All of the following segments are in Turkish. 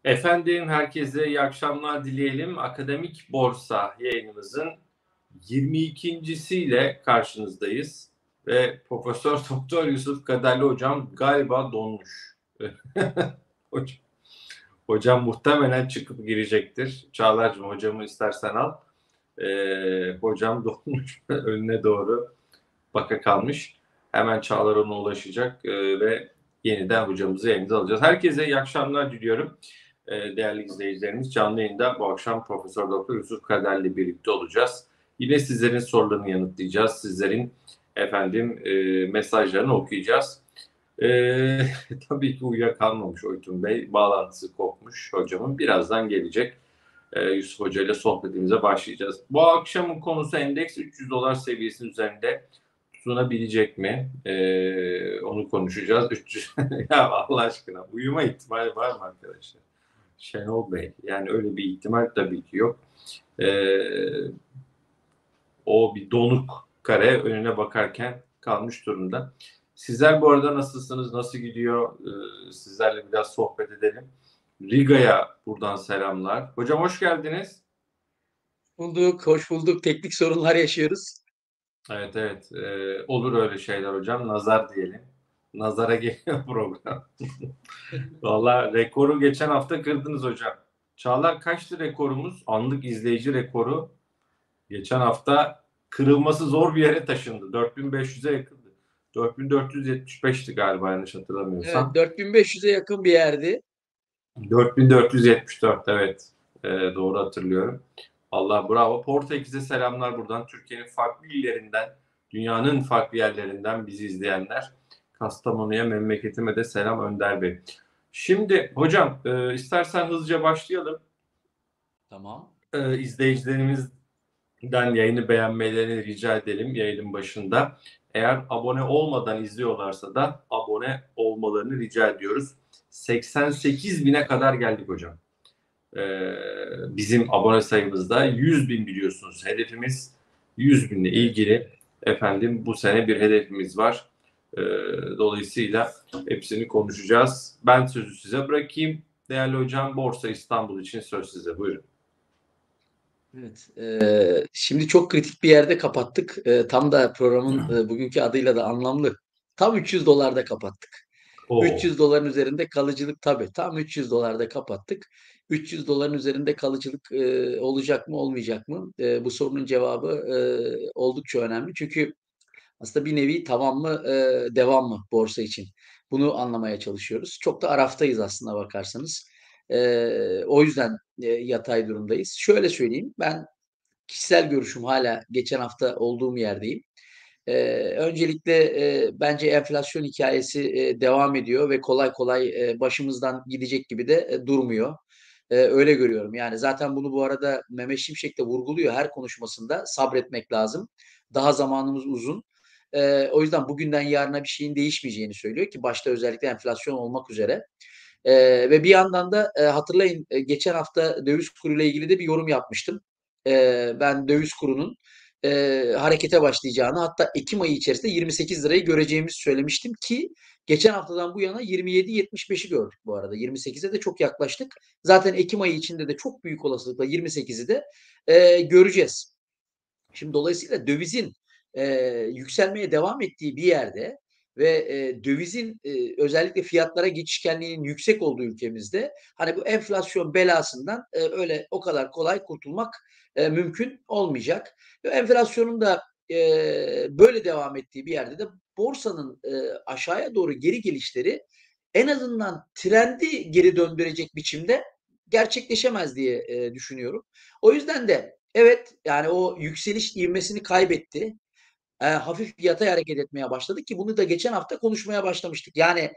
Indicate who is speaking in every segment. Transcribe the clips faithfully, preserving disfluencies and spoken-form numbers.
Speaker 1: Efendim herkese iyi akşamlar dileyelim. Akademik Borsa yayınımızın yirmi ikincisiyle karşınızdayız. Ve Profesör Doktor Yusuf Kaderli hocam galiba donmuş. hocam, hocam muhtemelen çıkıp girecektir. Çağlar'cığım hocamı istersen al. Ee, hocam donmuş. Önüne doğru baka kalmış. Hemen Çağlar ona ulaşacak ee, ve yeniden hocamızı yayınımıza alacağız. Herkese iyi akşamlar diliyorum. Değerli izleyicilerimiz, canlı yayında bu akşam Profesör Doktor Yusuf Kader'le birlikte olacağız. Yine sizlerin sorularını yanıtlayacağız. Sizlerin efendim e, mesajlarını okuyacağız. E, tabii ki uyuyakalmamış Oytun Bey. Bağlantısı kopmuş hocamın. Birazdan gelecek. E, Yusuf Hoca ile sohbetimize başlayacağız. Bu akşamın konusu endeks üç yüz dolar seviyesinin üzerinde tutunabilecek mi? E, onu konuşacağız. üç yüz ya Allah aşkına uyuma ihtimali var mı arkadaşlar? Şenol Bey. Yani öyle bir ihtimal tabii ki yok. Ee, o bir donuk kare önüne bakarken kalmış durumda. Sizler bu arada nasılsınız? Nasıl gidiyor? Ee, sizlerle biraz sohbet edelim. Riga'ya buradan selamlar. Hocam hoş geldiniz.
Speaker 2: Bulduk, hoş bulduk. Teknik sorunlar yaşıyoruz.
Speaker 1: Evet evet. Ee, olur öyle şeyler hocam. Nazar diyelim. Nazara geliyor program. Valla rekoru geçen hafta kırdınız hocam. Çağlar kaçtı rekorumuz? Anlık izleyici rekoru geçen hafta kırılması zor bir yere taşındı. dört bin beş yüze yakındı. dört bin dört yüz yetmiş beşti galiba yanlış hatırlamıyorsam.
Speaker 2: Evet, dört bin beş yüze yakın bir yerdi.
Speaker 1: dört bin dört yüz yetmiş dört evet. Ee, doğru hatırlıyorum. Allah bravo. Portekiz'e selamlar buradan. Türkiye'nin farklı illerinden, dünyanın farklı yerlerinden bizi izleyenler. Kastamonu'ya, memleketime de selam Önder Bey. Şimdi hocam e, istersen hızlıca başlayalım.
Speaker 2: Tamam.
Speaker 1: E, izleyicilerimizden yayını beğenmelerini rica edelim yayının başında. Eğer abone olmadan izliyorlarsa da abone olmalarını rica ediyoruz. seksen sekiz bine kadar geldik hocam. Ee, bizim abone sayımızda yüz bin biliyorsunuz hedefimiz. yüz binle ilgili efendim bu sene bir hedefimiz var. Ee, dolayısıyla hepsini konuşacağız. Ben sözü size bırakayım. Değerli hocam Borsa İstanbul için söz size. Buyurun.
Speaker 2: Evet. Eee, şimdi çok kritik bir yerde kapattık. Eee, tam da programın eee, bugünkü adıyla da anlamlı. Tam üç yüz dolarda kapattık.
Speaker 1: Oo.
Speaker 2: üç yüz doların üzerinde kalıcılık tabii. Tam üç yüz dolarda kapattık. üç yüz doların üzerinde kalıcılık eee, olacak mı olmayacak mı? Eee, bu sorunun cevabı eee, oldukça önemli. Çünkü aslında bir nevi tavan mı, eee, devam mı borsa için? Bunu anlamaya çalışıyoruz. Çok da araftayız aslına bakarsanız. Eee, o yüzden, eee, yatay durumdayız. Şöyle söyleyeyim, ben kişisel görüşüm hala geçen hafta olduğum yerdeyim. Eee, öncelikle, eee, bence enflasyon hikâyesi, eee, devam ediyor ve kolay kolay, eee, başımızdan gidecek gibi de, eee, durmuyor. Eee, öyle görüyorum. Yani zaten bunu bu arada Mehmet Şimşek de vurguluyor her konuşmasında. Sabretmek lazım. Daha zamanımız uzun. Eee, o yüzden bugünden yarına bir şeyin değişmeyeceğini söylüyor ki başta özellikle enflasyon olmak üzere. Eee, ve bir yandan da, eee, hatırlayın, eee, geçen hafta döviz kuruyla ilgili de bir yorum yapmıştım. Eee, ben döviz kurunun, eee, harekete başlayacağını hatta ekim ayı içerisinde yirmi sekiz lirayı göreceğimizi söylemiştim ki geçen haftadan bu yana yirmi yedi yetmiş beşi gördük bu arada. yirmi sekize de çok yaklaştık. Zaten ekim ayı içinde de çok büyük olasılıkla yirmi sekizi de, eee, göreceğiz. Şimdi dolayısıyla dövizin, eee, yükselmeye devam ettiği bir yerde ve, eee, dövizin, eee, özellikle fiyatlara geçişkenliğinin yüksek olduğu ülkemizde, hani, bu enflasyon belasından, eee, öyle o kadar kolay kurtulmak, eee, mümkün olmayacak. Ve enflasyonun da, eee, böyle devam ettiği bir yerde de borsanın, eee, aşağıya doğru geri gelişleri en azından trendi geri döndürecek biçimde gerçekleşemez diye, eee, düşünüyorum. O yüzden de evet, yani o yükseliş ivmesini kaybetti. Eee, hafif yatay hareket etmeye başladı ki bunu da geçen hafta konuşmaya başlamıştık. Yani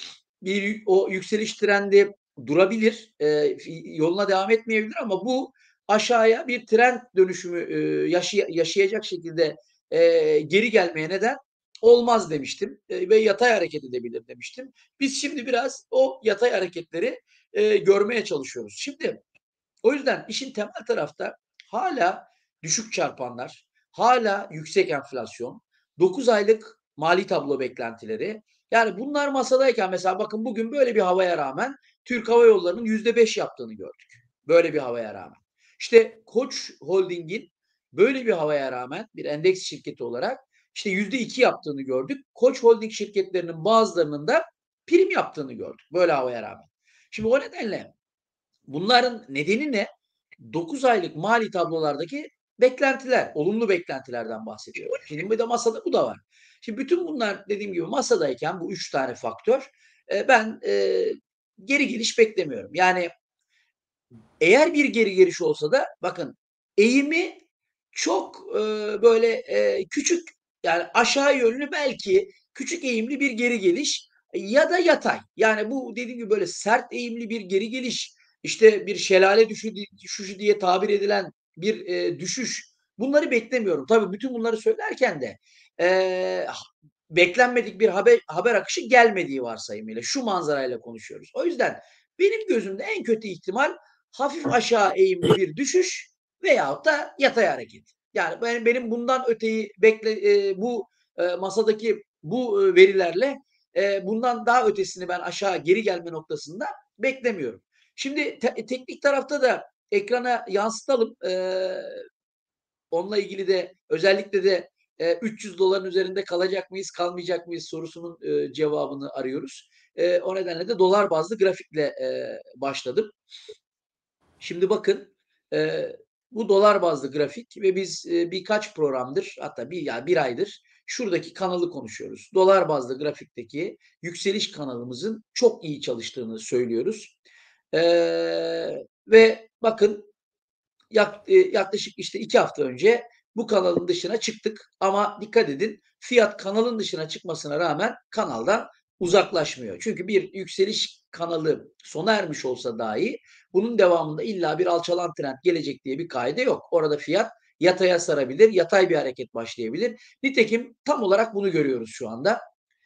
Speaker 2: bir o yükseliş trendi durabilir, eee, yoluna devam etmeyebilir ama bu aşağıya bir trend dönüşümü, eee, yaşaya yaşayacak şekilde, eee, geri gelmeye neden olmaz demiştim, eee, ve yatay hareket edebilir demiştim. Biz şimdi biraz o yatay hareketleri, eee, görmeye çalışıyoruz. Şimdi o yüzden işin temel tarafta hala düşük çarpanlar, hala yüksek enflasyon, dokuz aylık mali tablo beklentileri Yani bunlar masadayken mesela bakın bugün böyle bir havaya rağmen Türk Hava Yolları'nın yüzde beş yaptığını gördük. Böyle bir havaya rağmen. İşte Koç Holding'in böyle bir havaya rağmen bir endeks şirketi olarak işte yüzde iki yaptığını gördük. Koç Holding şirketlerinin bazılarının da prim yaptığını gördük böyle havaya rağmen. Şimdi o nedenle bunların nedeni ne? dokuz aylık mali tablolardaki beklentiler, olumlu beklentilerden bahsediyorum. Şimdi bir de masada bu da var. Şimdi bütün bunlar dediğim gibi masadayken bu üç tane faktör e, ben e, geri geliş beklemiyorum. Yani eğer bir geri geliş olsa da bakın eğimi çok e, böyle e, küçük yani aşağı yönlü belki küçük eğimli bir geri geliş ya da yatay. Yani bu dediğim gibi böyle sert eğimli bir geri geliş işte bir şelale düşüşü, düşüşü diye tabir edilen bir e, düşüş bunları beklemiyorum. Tabii bütün bunları söylerken de e, beklenmedik bir haber, haber akışı gelmediği varsayımıyla şu manzarayla konuşuyoruz. O yüzden benim gözümde en kötü ihtimal hafif aşağı eğimli bir düşüş veyahut da yatay hareket. Yani benim, benim bundan öteyi bekle e, bu e, masadaki bu e, verilerle e, bundan daha ötesini ben aşağı geri gelme noktasında beklemiyorum. Şimdi te- teknik tarafta da ekrana yansıtalım. E, onunla ilgili de özellikle de e, üç yüz doların üzerinde kalacak mıyız, kalmayacak mıyız sorusunun e, cevabını arıyoruz. E, o nedenle de dolar bazlı grafikle e, başladım. Şimdi bakın e, bu dolar bazlı grafik ve biz e, birkaç programdır hatta bir yani bir aydır şuradaki kanalı konuşuyoruz. Dolar bazlı grafikteki yükseliş kanalımızın çok iyi çalıştığını söylüyoruz. E, ve bakın yak, e, yaklaşık işte iki hafta önce bu kanalın dışına çıktık. Ama dikkat edin fiyat kanalın dışına çıkmasına rağmen kanaldan uzaklaşmıyor. Çünkü bir yükseliş kanalı sona ermiş olsa dahi bunun devamında illa bir alçalan trend gelecek diye bir kaide yok. Orada fiyat yataya sarabilir, yatay bir hareket başlayabilir. Nitekim tam olarak bunu görüyoruz şu anda.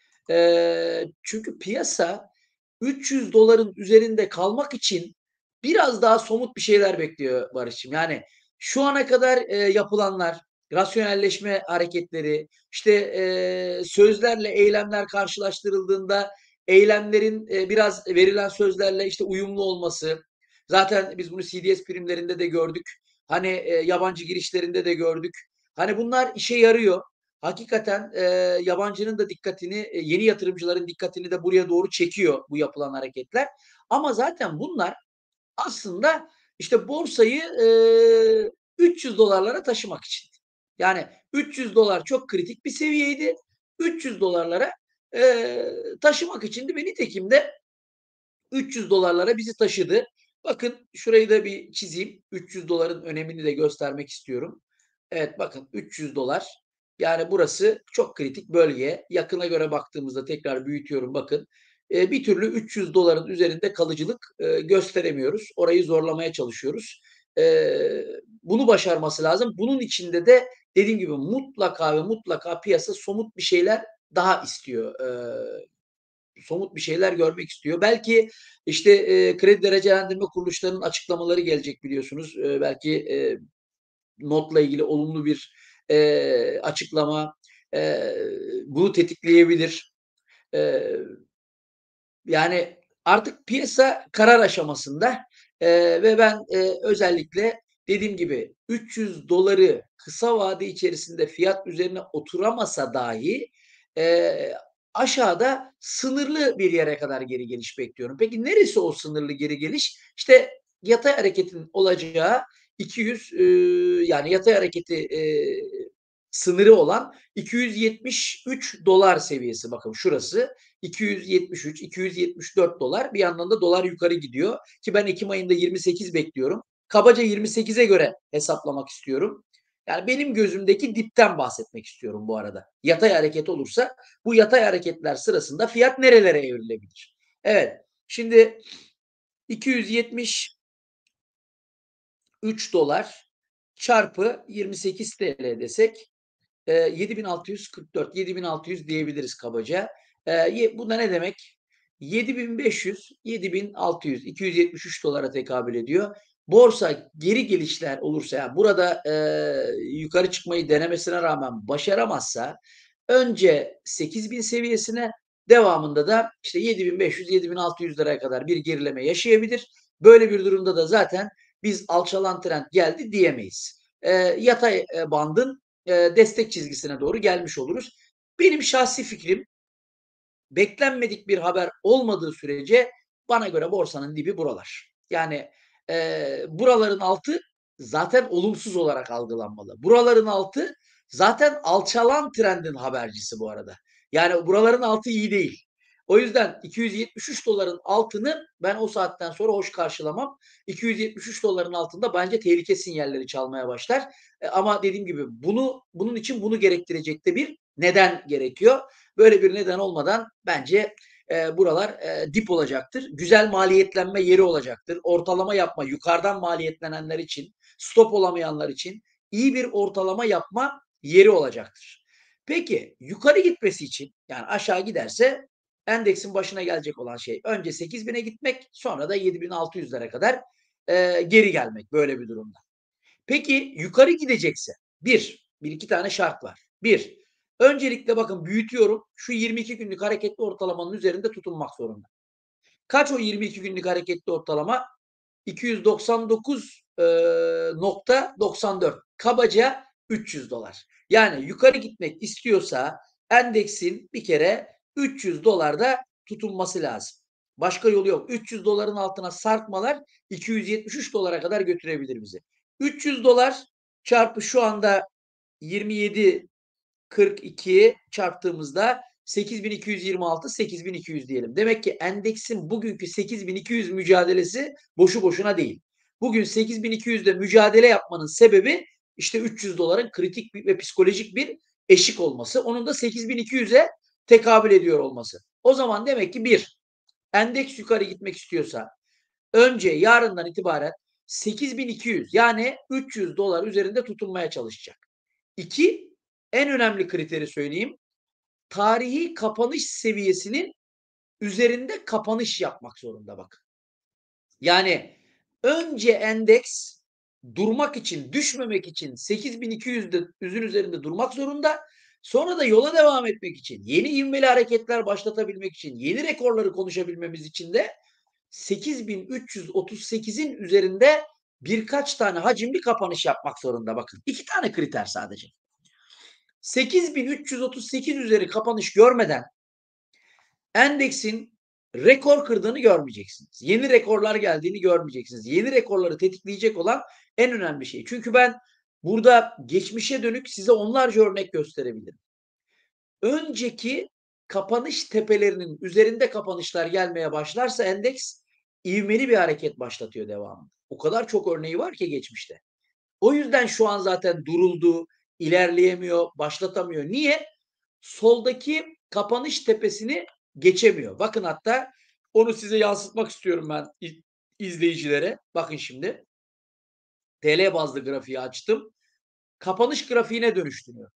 Speaker 2: E, çünkü piyasa üç yüz doların üzerinde kalmak için biraz daha somut bir şeyler bekliyor Barış'cığım. Yani şu ana kadar e, yapılanlar, rasyonelleşme hareketleri, işte e, sözlerle eylemler karşılaştırıldığında eylemlerin e, biraz verilen sözlerle işte uyumlu olması. Zaten biz bunu C D S primlerinde de gördük. Hani e, yabancı girişlerinde de gördük. Hani bunlar işe yarıyor. Hakikaten e, yabancının da dikkatini, e, yeni yatırımcıların dikkatini de buraya doğru çekiyor bu yapılan hareketler. Ama zaten bunlar aslında işte borsayı e, üç yüz dolarlara taşımak için. Yani üç yüz dolar çok kritik bir seviyeydi. üç yüz dolarlara e, taşımak içindi ve nitekim de üç yüz dolarlara bizi taşıdı. Bakın şurayı da bir çizeyim. üç yüz doların önemini de göstermek istiyorum. Evet bakın üç yüz dolar. Yani burası çok kritik bölge. Yakına göre baktığımızda tekrar büyütüyorum bakın. E, bir türlü üç yüz doların üzerinde kalıcılık e, gösteremiyoruz. Orayı zorlamaya çalışıyoruz. E, bunu başarması lazım. Bunun içinde de dediğim gibi mutlaka ve mutlaka piyasa somut bir şeyler daha istiyor. E, somut bir şeyler görmek istiyor. Belki işte e, kredi derecelendirme kuruluşlarının açıklamaları gelecek biliyorsunuz. E, belki e, notla ilgili olumlu bir e, açıklama e, bunu tetikleyebilir. E, yani artık piyasa karar aşamasında e, ve ben e, özellikle dediğim gibi üç yüz doları kısa vade içerisinde fiyat üzerine oturamasa dahi e, aşağıda sınırlı bir yere kadar geri geliş bekliyorum. Peki neresi o sınırlı geri geliş? İşte yatay hareketin olacağı iki yüz e, yani yatay hareketi e, sınırı olan iki yüz yetmiş üç dolar seviyesi bakın şurası iki yüz yetmiş üç iki yüz yetmiş dört dolar bir yandan da dolar yukarı gidiyor ki ben Ekim ayında yirmi sekiz bekliyorum. Kabaca yirmi sekize göre hesaplamak istiyorum. Yani benim gözümdeki dipten bahsetmek istiyorum bu arada. Yatay hareket olursa bu yatay hareketler sırasında fiyat nerelere evrilebilir? Evet. Şimdi iki yüz yetmiş üç dolar çarpı yirmi sekiz T L desek e, yedi bin altı yüz kırk dört yedi bin altı yüz diyebiliriz kabaca. E, bu da ne demek? yedi bin beş yüz yedi bin altı yüz iki yüz yetmiş üç dolara tekabül ediyor. Borsa geri gelişler olursa yani burada e, yukarı çıkmayı denemesine rağmen başaramazsa önce sekiz bin seviyesine Devamında da işte yedi bin beş yüz yedi bin altı yüz liraya kadar bir gerileme yaşayabilir. Böyle bir durumda da zaten biz alçalan trend geldi diyemeyiz. E, yatay e, bandın e, destek çizgisine doğru gelmiş oluruz. Benim şahsi fikrim, beklenmedik bir haber olmadığı sürece bana göre borsanın dibi buralar. Yani e, buraların altı zaten olumsuz olarak algılanmalı. Buraların altı zaten alçalan trendin habercisi bu arada. Yani buraların altı iyi değil. O yüzden iki yüz yetmiş üç doların altını ben o saatten sonra hoş karşılamam. iki yüz yetmiş üç doların altında bence tehlike sinyalleri çalmaya başlar. E, ama dediğim gibi bunu bunun için bunu gerektirecek de bir neden gerekiyor. Böyle bir neden olmadan bence e, buralar e, dip olacaktır. Güzel maliyetlenme yeri olacaktır. Ortalama yapma, yukarıdan maliyetlenenler için, stop olamayanlar için iyi bir ortalama yapma yeri olacaktır. Peki yukarı gitmesi için, yani aşağı giderse endeksin başına gelecek olan şey önce sekiz bine gitmek, sonra da yedi bin altı yüzlere kadar e, geri gelmek böyle bir durumda. Peki yukarı gidecekse bir, bir iki tane şart var. Bir, öncelikle bakın büyütüyorum. Şu yirmi iki günlük hareketli ortalamanın üzerinde tutunmak zorunda. Kaç o yirmi iki günlük hareketli ortalama? iki yüz doksan dokuz nokta doksan dört. Kabaca üç yüz dolar. Yani yukarı gitmek istiyorsa endeksin bir kere üç yüz dolarda tutunması lazım. Başka yolu yok. üç yüz doların altına sarkmalar iki yüz yetmiş üç dolara kadar götürebilir bizi. üç yüz dolar çarpı şu anda yirmi yedi kırk iki çarptığımızda sekiz bin iki yüz yirmi altı, sekiz bin iki yüz diyelim. Demek ki endeksin bugünkü sekiz bin iki yüz mücadelesi boşu boşuna değil. Bugün sekiz bin iki yüzde mücadele yapmanın sebebi işte üç yüz doların kritik ve psikolojik bir eşik olması. Onun da sekiz bin iki yüze tekabül ediyor olması. O zaman demek ki bir, endeks yukarı gitmek istiyorsa önce yarından itibaren sekiz bin iki yüz yani üç yüz dolar üzerinde tutunmaya çalışacak. İki, en önemli kriteri söyleyeyim. Tarihi kapanış seviyesinin üzerinde kapanış yapmak zorunda bakın. Yani önce endeks durmak için, düşmemek için sekiz bin iki yüzün üzerinde durmak zorunda. Sonra da yola devam etmek için, yeni ivmeli hareketler başlatabilmek için, yeni rekorları konuşabilmemiz için de sekiz bin üç yüz otuz sekizin üzerinde birkaç tane hacimli kapanış yapmak zorunda bakın. İki tane kriter sadece. sekiz bin üç yüz otuz sekiz üzeri kapanış görmeden endeksin rekor kırdığını görmeyeceksiniz. Yeni rekorlar geldiğini görmeyeceksiniz. Yeni rekorları tetikleyecek olan en önemli şey. Çünkü ben burada geçmişe dönük size onlarca örnek gösterebilirim. Önceki kapanış tepelerinin üzerinde kapanışlar gelmeye başlarsa endeks ivmeli bir hareket başlatıyor devamında. O kadar çok örneği var ki geçmişte. O yüzden şu an zaten duruldu, ilerleyemiyor, başlatamıyor. Niye? Soldaki kapanış tepesini geçemiyor. Bakın hatta onu size yansıtmak istiyorum ben izleyicilere. Bakın şimdi T L bazlı grafiği açtım. Kapanış grafiğine dönüştürüyor.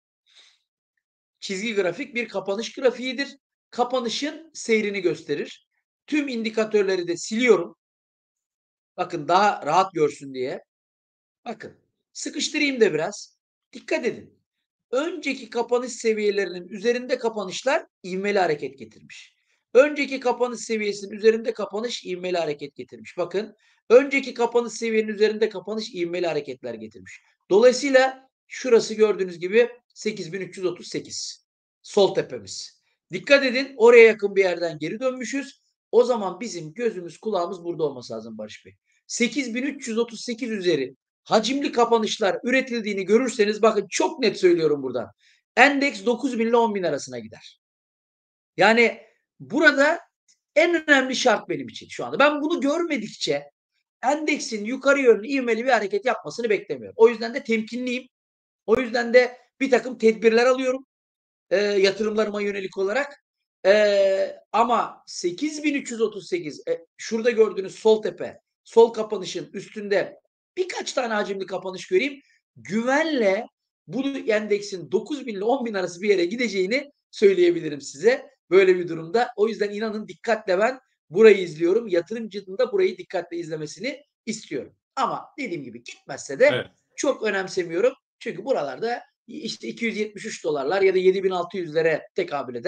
Speaker 2: Çizgi grafik bir kapanış grafiğidir. Kapanışın seyrini gösterir. Tüm indikatörleri de siliyorum. Bakın daha rahat görsün diye. Bakın sıkıştırayım da biraz. Dikkat edin. Önceki kapanış seviyelerinin üzerinde kapanışlar ivmeli hareket getirmiş. Önceki kapanış seviyesinin üzerinde kapanış ivmeli hareket getirmiş. Bakın önceki kapanış seviyenin üzerinde kapanış ivmeli hareketler getirmiş. Dolayısıyla şurası gördüğünüz gibi sekiz bin üç yüz otuz sekiz. Sol tepemiz. Dikkat edin oraya yakın bir yerden geri dönmüşüz. O zaman bizim gözümüz kulağımız burada olması lazım Barış Bey. sekiz bin üç yüz otuz sekiz üzeri hacimli kapanışlar üretildiğini görürseniz bakın çok net söylüyorum buradan. Endeks dokuz bin ile on bin arasına gider. Yani burada en önemli şart benim için şu anda. Ben bunu görmedikçe endeksin yukarı yönlü ivmeli bir hareket yapmasını beklemiyorum. O yüzden de temkinliyim. O yüzden de bir takım tedbirler alıyorum. E, yatırımlarıma yönelik olarak. E, ama sekiz bin üç yüz otuz sekiz e, şurada gördüğünüz sol tepe, sol kapanışın üstünde birkaç tane hacimli kapanış göreyim. Güvenle bu endeksin dokuz bin ile on bin arası bir yere gideceğini söyleyebilirim size. Böyle bir durumda. O yüzden inanın dikkatle ben burayı izliyorum. Yatırımcının da burayı dikkatle izlemesini istiyorum. Ama dediğim gibi gitmezse de evet, çok önemsemiyorum. Çünkü buralarda işte iki yüz yetmiş üç dolarlar ya da yedi bin altı yüzlere tekabül eden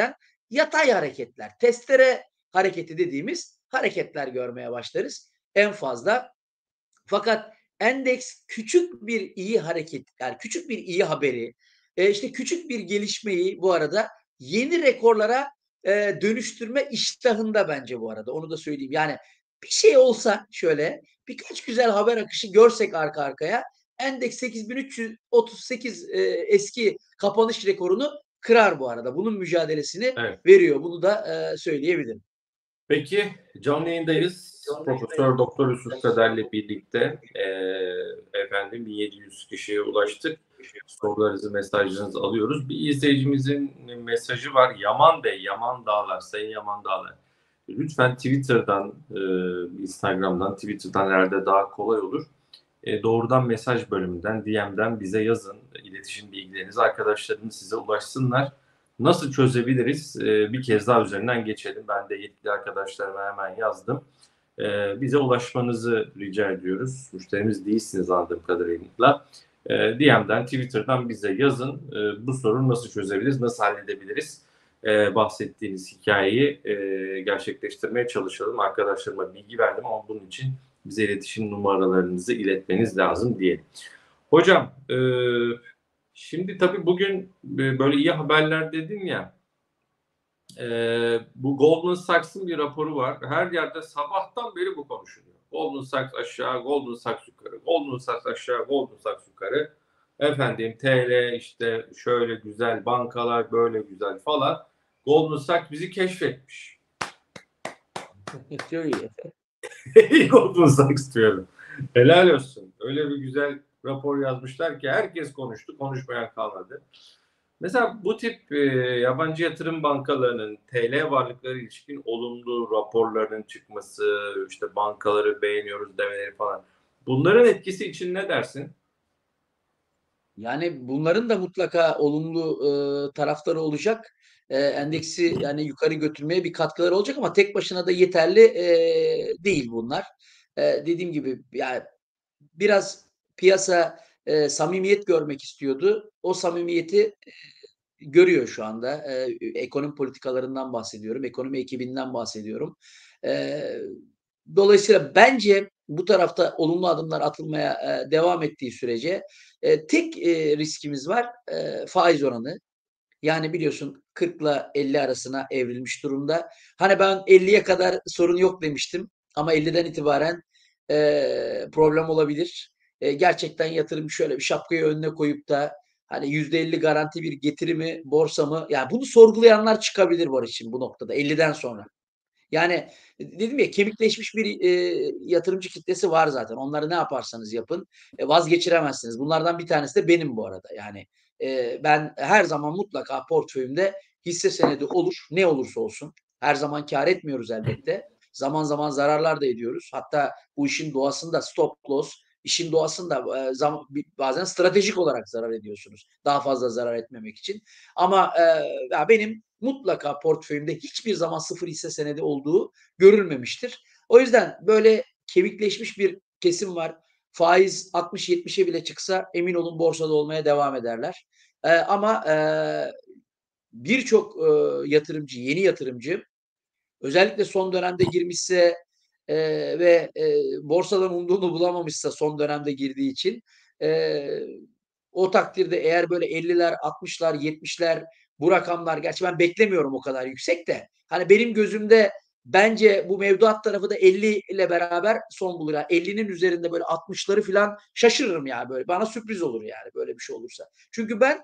Speaker 2: yatay hareketler, testere hareketi dediğimiz hareketler görmeye başlarız en fazla. Fakat endeks küçük bir iyi hareket, yani küçük bir iyi haberi, e, işte küçük bir gelişmeyi bu arada yeni rekorlara e, dönüştürme iştahında bence bu arada. Onu da söyleyeyim. Yani bir şey olsa şöyle birkaç güzel haber akışı görsek arka arkaya endeks sekiz bin üç yüz otuz sekiz e, eski kapanış rekorunu kırar bu arada. Bunun mücadelesini
Speaker 1: Evet.
Speaker 2: veriyor. Bunu da e, söyleyebilirim.
Speaker 1: Peki canlı yayındayız. Profesör Doktor Yusuf Kader'le birlikte eee, efendim bin yedi yüz kişiye ulaştık. Sorularınızı, mesajlarınızı alıyoruz. Bir izleyicimizin mesajı var. Yaman Bey, Yaman Dağlar, Sayın Yaman Dağlar. Lütfen Twitter'dan, e, Instagram'dan, Twitter'dan herhalde daha kolay olur. E, doğrudan mesaj bölümünden, D M'den bize yazın. İletişim bilgilerinizi arkadaşlarınız size ulaşsınlar. Nasıl çözebiliriz? E, bir kez daha üzerinden geçelim. Ben de yetkili arkadaşlarıma hemen yazdım. E, bize ulaşmanızı rica ediyoruz. Müşterimiz değilsiniz anladığım kadarıyla. E, D M'den, Twitter'dan bize yazın. E, bu sorunu nasıl çözebiliriz, nasıl halledebiliriz? E, bahsettiğiniz hikayeyi e, gerçekleştirmeye çalışalım. Arkadaşlarıma bilgi verdim ama bunun için bize iletişim numaralarınızı iletmeniz lazım diyelim. Hocam, e, şimdi tabii bugün e, böyle iyi haberler dedin ya, e, bu Goldman Sachs'ın bir raporu var. Her yerde sabahtan beri bu konuşuluyor. Goldman Sachs aşağı, Goldman Sachs yukarı, Goldman Sachs aşağı, Goldman Sachs yukarı. Efendim T L işte şöyle güzel, bankalar böyle güzel falan. Goldman Sachs bizi keşfetmiş.
Speaker 2: Çok iyi.
Speaker 1: Goldman Sachs diyorum. Helal olsun. Öyle bir güzel rapor yazmışlar ki herkes konuştu, konuşmayan kalmadı. Mesela bu tip e, yabancı yatırım bankalarının T L varlıkları ilişkin olumlu raporlarının çıkması, işte bankaları beğeniyoruz demeleri falan. Bunların etkisi için ne dersin?
Speaker 2: Yani bunların da mutlaka olumlu, ııı, tarafları olacak. Eee, endeksi yani yukarı götürmeye bir katkıları olacak ama tek başına da yeterli, eee, değil bunlar. Eee, dediğim gibi yani biraz piyasa, eee, samimiyet görmek istiyordu. O samimiyeti görüyor şu anda. Eee, ekonomi politikalarından bahsediyorum, ekonomi ekibinden bahsediyorum. Eee, dolayısıyla bence bu tarafta olumlu adımlar atılmaya, eee, devam ettiği sürece, eee, tek, eee, riskimiz var, eee, faiz oranı. Yani biliyorsun kırkla elli arasına evrilmiş durumda. Hani ben elliye kadar sorun yok demiştim ama elliden itibaren eee, problem olabilir. Eee, gerçekten yatırımcı şöyle bir şapkayı önüne koyup da hani yüzde elli garanti bir getiri mi, borsa mı? Yani bunu sorgulayanlar çıkabilir Barış'ım bu noktada elliden sonra. Yani dedim ya kemikleşmiş bir, eee, yatırımcı kitlesi var zaten. Onları ne yaparsanız yapın, eee, vazgeçiremezsiniz. Bunlardan bir tanesi de benim bu arada. Yani, eee, ben her zaman mutlaka portföyümde hisse senedi olur, ne olursa olsun. Her zaman kâr etmiyoruz elbette. Zaman zaman zararlar da ediyoruz. Hatta bu işin doğasında stop loss, işin doğasında, eee, zam bazen stratejik olarak zarar ediyorsunuz. Daha fazla zarar etmemek için. Ama, eee, ya benim mutlaka portföyümde hiçbir zaman sıfır hisse senedi olduğu görülmemiştir. O yüzden böyle kemikleşmiş bir kesim var. Faiz altmış yetmişe bile çıksa emin olun borsada olmaya devam ederler. Eee, ama eee, birçok eee, yatırımcı, yeni yatırımcı özellikle son dönemde girmişse eee, ve eee, borsadan umduğunu bulamamışsa son dönemde girdiği için eee, o takdirde eğer böyle elliler, altmışlar, yetmişler bu rakamlar gerçi ben beklemiyorum o kadar yüksek de hani benim gözümde bence bu mevduat tarafı da elli ile beraber son bulur. Yani ellinin üzerinde böyle altmışları filan şaşırırım yani böyle. Bana sürpriz olur yani böyle bir şey olursa. Çünkü ben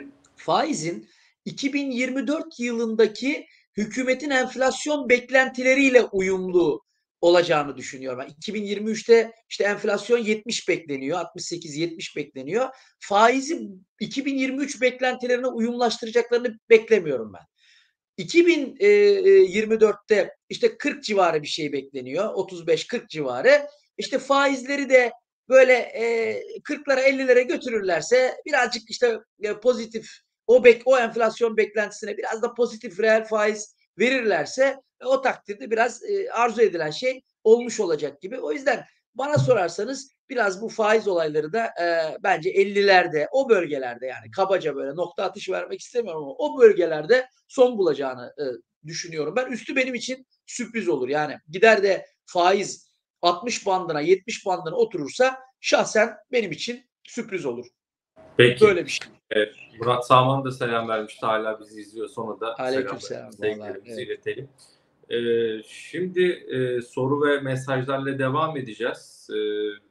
Speaker 2: faizin iki bin yirmi dört yılındaki hükümetin enflasyon beklentileriyle uyumlu olacağını düşünüyorum. Yani iki bin yirmi üçte işte enflasyon yetmiş bekleniyor, altmış sekiz yetmiş bekleniyor. Faizi iki bin yirmi üç beklentilerine uyumlaştıracaklarını beklemiyorum ben. iki bin yirmi dörtte işte kırk civarı bir şey bekleniyor. otuz beş kırk civarı. İşte faizleri de böyle e, kırklara ellilere götürürlerse birazcık işte e, pozitif o bek o enflasyon beklentisine biraz da pozitif reel faiz verirlerse e, o takdirde biraz e, arzu edilen şey olmuş olacak gibi. O yüzden bana sorarsanız biraz bu faiz olayları da e, bence ellilerde o bölgelerde yani kabaca böyle nokta atışı vermek istemiyorum ama o bölgelerde son bulacağını e, düşünüyorum. Ben üstü benim için sürpriz olur. Yani gider de faiz altmış bandına yetmiş bandına oturursa şahsen benim için sürpriz olur.
Speaker 1: Peki.
Speaker 2: Böyle bir şey.
Speaker 1: Evet, Murat Sağman da selam vermişti. Hala bizi izliyor. Sonra da
Speaker 2: Aleykümselam.
Speaker 1: selamlarımızı,
Speaker 2: Vallahi
Speaker 1: sevgilerimizi
Speaker 2: evet.
Speaker 1: iletelim. Ee, şimdi e, soru ve mesajlarla devam edeceğiz. Ee,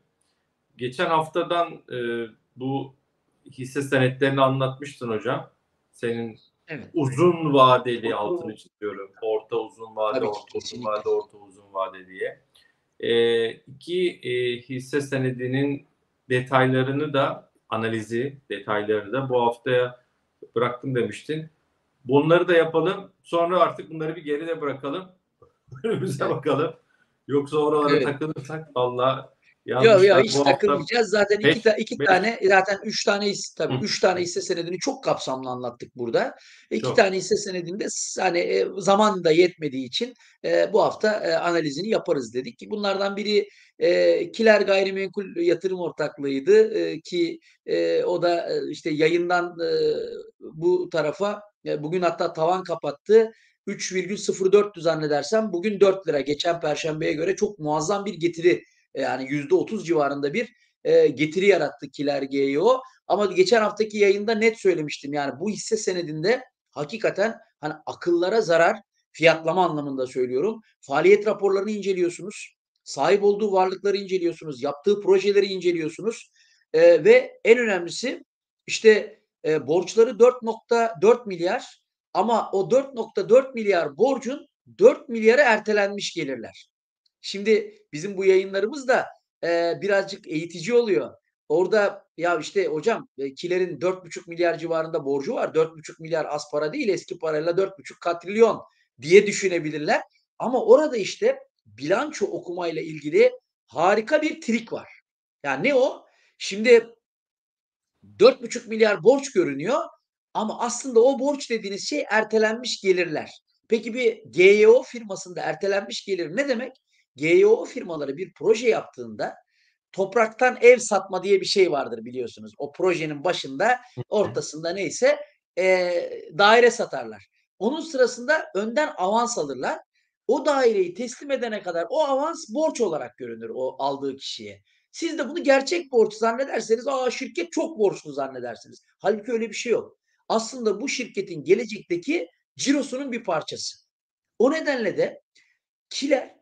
Speaker 1: geçen haftadan e, bu hisse senetlerini anlatmıştın hocam. Senin
Speaker 2: Evet.
Speaker 1: uzun vadeli altını çiziyorum. Orta uzun vade,
Speaker 2: Tabii ki
Speaker 1: orta uzun
Speaker 2: kesinlikle.
Speaker 1: vade, orta uzun vade diye. Ee, iki e, hisse senedinin detaylarını da analizi, detaylarını da bu haftaya bıraktım demiştin. Bunları da yapalım. Sonra artık bunları bir geride bırakalım. Önümüze
Speaker 2: Evet.
Speaker 1: bakalım. Yoksa oralara
Speaker 2: Evet.
Speaker 1: takılırsak valla
Speaker 2: Yok yok
Speaker 1: yanlışlar
Speaker 2: hiç
Speaker 1: bu hafta
Speaker 2: takılmayacağız. Zaten iki,
Speaker 1: beş
Speaker 2: ta, iki
Speaker 1: beş
Speaker 2: tane zaten üç tane hisse tabii üç tane hisse senedini çok kapsamlı anlattık burada. İki
Speaker 1: çok
Speaker 2: tane hisse senedinde hani e, zaman da yetmediği için e, bu hafta e, analizini yaparız dedik. Bunlardan biri e, Kiler Gayrimenkul Yatırım Ortaklığı'ydı e, ki e, o da e, işte yayından e, bu tarafa e, bugün hatta tavan kapattı. üç virgül sıfır dört zannedersem bugün dört lira. Geçen perşembeye göre çok muazzam bir getiri yani yüzde otuz civarında bir e, getiri yarattı Kiler G Y O. Ama geçen haftaki yayında net söylemiştim. Yani bu hisse senedinde hakikaten hani akıllara zarar fiyatlama anlamında söylüyorum. Faaliyet raporlarını inceliyorsunuz. Sahip olduğu varlıkları inceliyorsunuz. Yaptığı projeleri inceliyorsunuz. E, ve en önemlisi işte e, borçları dört nokta dört milyar ama o dört nokta dört milyar borcun dört milyara ertelenmiş gelirler. Şimdi bizim bu yayınlarımız da e, birazcık eğitici oluyor. Orada ya işte hocam e, Kiler'in dört buçuk milyar civarında borcu var. dört buçuk milyar az para değil eski parayla dört buçuk katrilyon diye düşünebilirler. Ama orada işte bilanço okumayla ilgili harika bir trik var. Yani ne o? Şimdi dört buçuk milyar borç görünüyor ama aslında o borç dediğiniz şey ertelenmiş gelirler. Peki bir G Y O firmasında ertelenmiş gelir ne demek? G Y O firmaları bir proje yaptığında topraktan ev satma diye bir şey vardır biliyorsunuz. O projenin başında, ortasında neyse e, daire satarlar. Onun sırasında önden avans alırlar. O daireyi teslim edene kadar o avans borç olarak görünür o aldığı kişiye. Siz de bunu gerçek borç zannederseniz aa şirket çok borçlu zannedersiniz. Halbuki öyle bir şey yok. Aslında bu şirketin gelecekteki cirosunun bir parçası. O nedenle de Kiler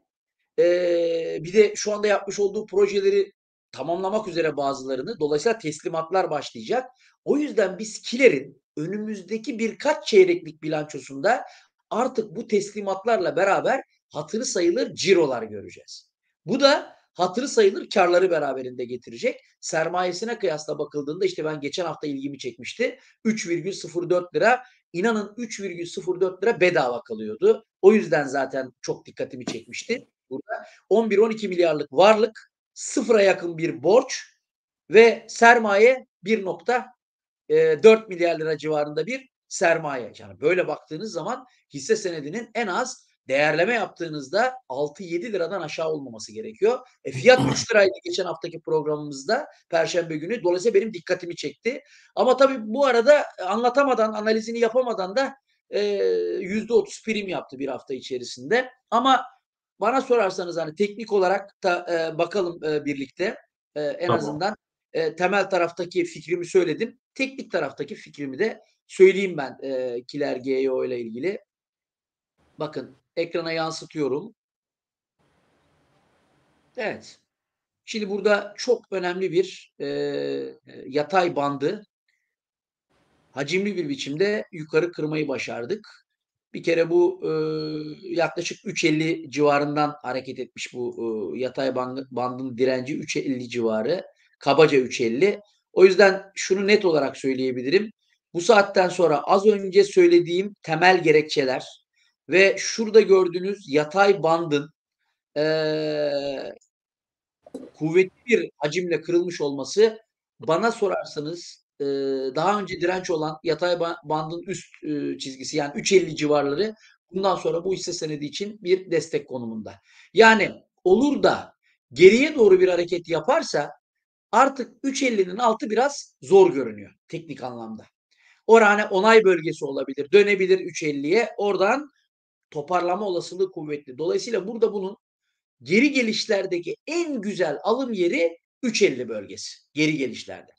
Speaker 2: ee, bir de şu anda yapmış olduğu projeleri tamamlamak üzere bazılarını. Dolayısıyla teslimatlar başlayacak. O yüzden biz Kiler'in önümüzdeki birkaç çeyreklik bilançosunda artık bu teslimatlarla beraber hatırı sayılır cirolar göreceğiz. Bu da hatırı sayılır karları beraberinde getirecek. Sermayesine kıyasla bakıldığında işte ben geçen hafta ilgimi çekmişti. üç virgül sıfır dört lira inanın üç virgül sıfır dört lira bedava kalıyordu. O yüzden zaten çok dikkatimi çekmişti. Burada on bir on iki milyarlık varlık, sıfıra yakın bir borç ve sermaye bir nokta dört milyar lira civarında bir sermaye. Yani böyle baktığınız zaman hisse senedinin en az değerleme yaptığınızda altı yedi liradan aşağı olmaması gerekiyor. E, fiyat üç liraydı geçen haftaki programımızda Perşembe günü. Dolayısıyla benim dikkatimi çekti. Ama tabii bu arada anlatamadan, analizini yapamadan da yüzde otuz prim yaptı bir hafta içerisinde. Ama bana sorarsanız hani teknik olarak da e, bakalım e, birlikte e, en
Speaker 1: tamam.
Speaker 2: azından e, temel taraftaki fikrimi söyledim. Teknik taraftaki fikrimi de söyleyeyim ben e, Kiler G Y O ile ilgili. Bakın ekrana yansıtıyorum. Evet. Şimdi burada çok önemli bir e, yatay bandı hacimli bir biçimde yukarı kırmayı başardık. Bir kere bu e, yaklaşık üç elli civarından hareket etmiş bu e, yatay bandın direnci üç elli civarı. Kabaca üç elli. O yüzden şunu net olarak söyleyebilirim. Bu saatten sonra az önce söylediğim temel gerekçeler ve şurada gördüğünüz yatay bandın e, kuvvetli bir hacimle kırılmış olması bana sorarsanız e, daha önce direnç olan yatay bandın üst e, çizgisi yani üç elli civarları bundan sonra bu hisse senedi için bir destek konumunda. Yani olur da geriye doğru bir hareket yaparsa artık üç ellinin altı biraz zor görünüyor teknik anlamda. Orada onay bölgesi olabilir. Dönebilir üç elliye. Oradan toparlama olasılığı kuvvetli. Dolayısıyla burada bunun geri gelişlerdeki en güzel alım yeri üç elli bölgesi. Geri gelişlerde.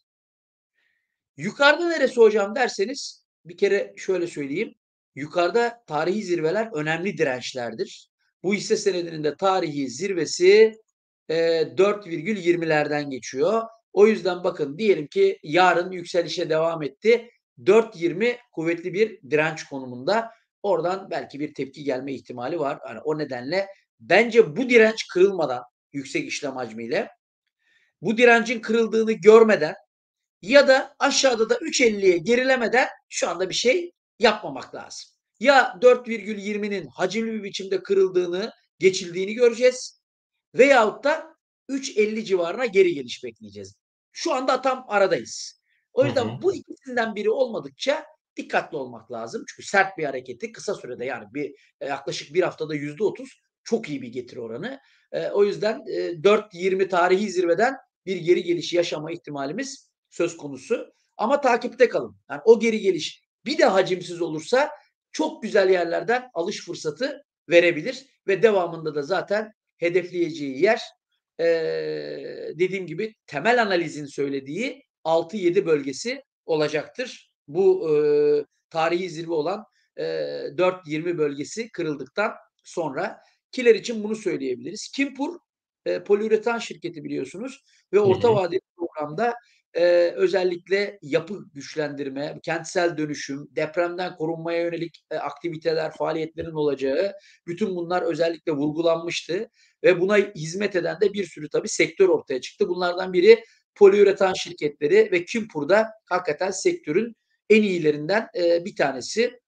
Speaker 2: Yukarıda neresi hocam derseniz bir kere şöyle söyleyeyim. Yukarıda tarihi zirveler önemli dirençlerdir. Bu hisse senedinin de tarihi zirvesi e, dört virgül yirmilerden geçiyor. O yüzden bakın diyelim ki yarın yükselişe devam etti. dört yirmi kuvvetli bir direnç konumunda. Oradan belki bir tepki gelme ihtimali var. Yani o nedenle bence bu direnç kırılmadan yüksek işlem hacmiyle bu direncin kırıldığını görmeden ya da aşağıda da üç elliye gerilemeden şu anda bir şey yapmamak lazım. Ya dört virgül yirminin hacimli bir biçimde kırıldığını, geçildiğini göreceğiz veyahut da üç elli civarına geri geliş bekleyeceğiz. Şu anda tam aradayız. O
Speaker 1: Hı hı.
Speaker 2: yüzden bu ikisinden biri olmadıkça dikkatli olmak lazım. Çünkü sert bir hareketi kısa sürede yani bir yaklaşık bir haftada yüzde otuz çok iyi bir getiri oranı. E, o yüzden e, dört yirmi tarihi zirveden bir geri geliş yaşama ihtimalimiz söz konusu. Ama takipte kalın. Yani o geri geliş bir de hacimsiz olursa çok güzel yerlerden alış fırsatı verebilir ve devamında da zaten hedefleyeceği yer e, dediğim gibi temel analizin söylediği altı yedi bölgesi olacaktır. Bu e, tarihi zirve olan e, dört yirmi bölgesi kırıldıktan sonra kiler için bunu söyleyebiliriz. Kimpur e, poliüretan şirketi biliyorsunuz ve
Speaker 1: Hı
Speaker 2: orta
Speaker 1: hı.
Speaker 2: vadeli programda e, özellikle yapı güçlendirme, kentsel dönüşüm, depremden korunmaya yönelik e, aktiviteler, faaliyetlerin olacağı bütün bunlar özellikle vurgulanmıştı ve buna hizmet eden de bir sürü tabii sektör ortaya çıktı. Bunlardan biri poliüretan şirketleri ve Kimpur'da hakikaten sektörün en iyilerinden e, bir tanesi.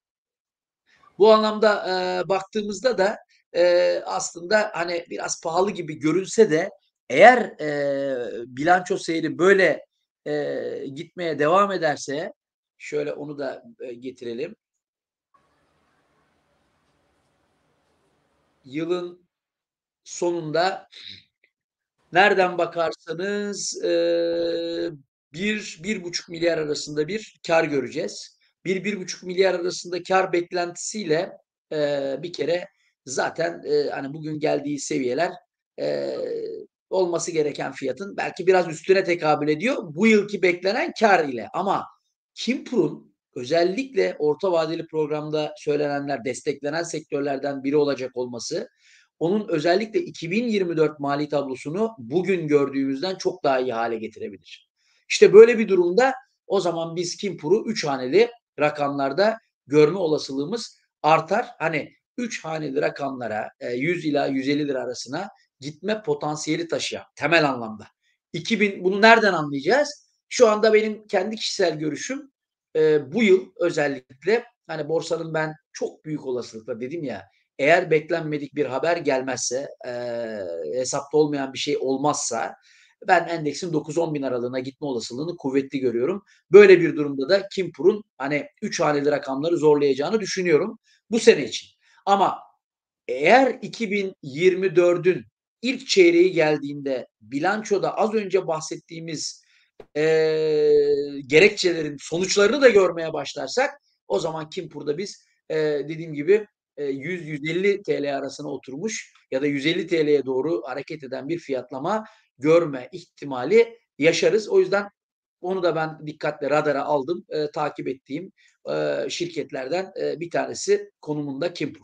Speaker 2: Bu anlamda e, baktığımızda da e, aslında hani biraz pahalı gibi görünse de eğer e, bilanço seyri böyle e, gitmeye devam ederse şöyle onu da e, getirelim. Yılın sonunda nereden bakarsanız e, bir, bir buçuk milyar arasında bir kar göreceğiz. Bir, bir buçuk milyar arasında kar beklentisiyle e, bir kere zaten e, hani bugün geldiği seviyeler e, olması gereken fiyatın belki biraz üstüne tekabül ediyor. Bu yılki beklenen kar ile ama Kimpur'un özellikle orta vadeli programda söylenenler desteklenen sektörlerden biri olacak olması onun özellikle iki bin yirmi dört mali tablosunu bugün gördüğümüzden çok daha iyi hale getirebilir. İşte böyle bir durumda o zaman biz Kimpur'u üç haneli rakamlarda görme olasılığımız artar. Hani üç haneli rakamlara yüz ila yüz elli lira arasına gitme potansiyeli taşıyan temel anlamda. iki bin bunu nereden anlayacağız? Şu anda benim kendi kişisel görüşüm e, bu yıl özellikle hani borsanın ben çok büyük olasılıkla dedim ya eğer beklenmedik bir haber gelmezse, e, hesapta olmayan bir şey olmazsa ben endeksin dokuz on bin aralığına gitme olasılığını kuvvetli görüyorum. Böyle bir durumda da Kimpur'un hani üç haneli rakamları zorlayacağını düşünüyorum bu sene için. Ama eğer iki bin yirmi dördün ilk çeyreği geldiğinde bilançoda az önce bahsettiğimiz e, gerekçelerin sonuçlarını da görmeye başlarsak o zaman Kimpur'da biz e, dediğim gibi yüz yüz elli T L arasına oturmuş ya da yüz elli T L'ye doğru hareket eden bir fiyatlama görme ihtimali yaşarız. O yüzden onu da ben dikkatle radara aldım. E, takip ettiğim e, şirketlerden e, bir tanesi konumunda Kimpur.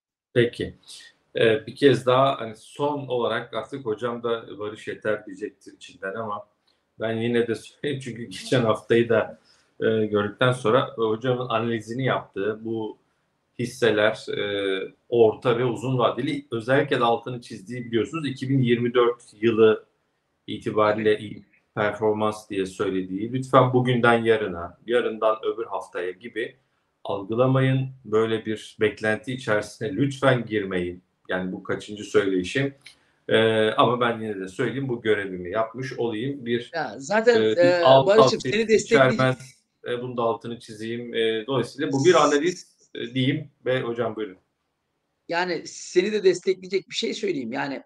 Speaker 1: Peki. Ee, bir kez daha hani son olarak artık hocam da Barış yeter diyecektir içinden ama ben yine de söyleyeyim çünkü geçen haftayı da e, gördükten sonra hocamın analizini yaptığı bu hisseler e, orta ve uzun vadeli özellikle de altını çizdiği biliyorsunuz iki bin yirmi dört yılı itibariyle iyi performans diye söylediği lütfen bugünden yarına, yarından öbür haftaya gibi algılamayın. Böyle bir beklenti içerisine lütfen girmeyin. Yani bu kaçıncı söyleyişim. Ee, ama ben yine de söyleyeyim bu görevimi yapmış olayım. Bir
Speaker 2: Ya zaten
Speaker 1: e, bir
Speaker 2: e,
Speaker 1: alt
Speaker 2: Barış'ım seni
Speaker 1: tavsiyesi
Speaker 2: destekleyecek.
Speaker 1: içermez. E, bunu da altını çizeyim. E, dolayısıyla bu bir analiz e, diyeyim ve hocam buyurun.
Speaker 2: Yani seni de destekleyecek bir şey söyleyeyim. Yani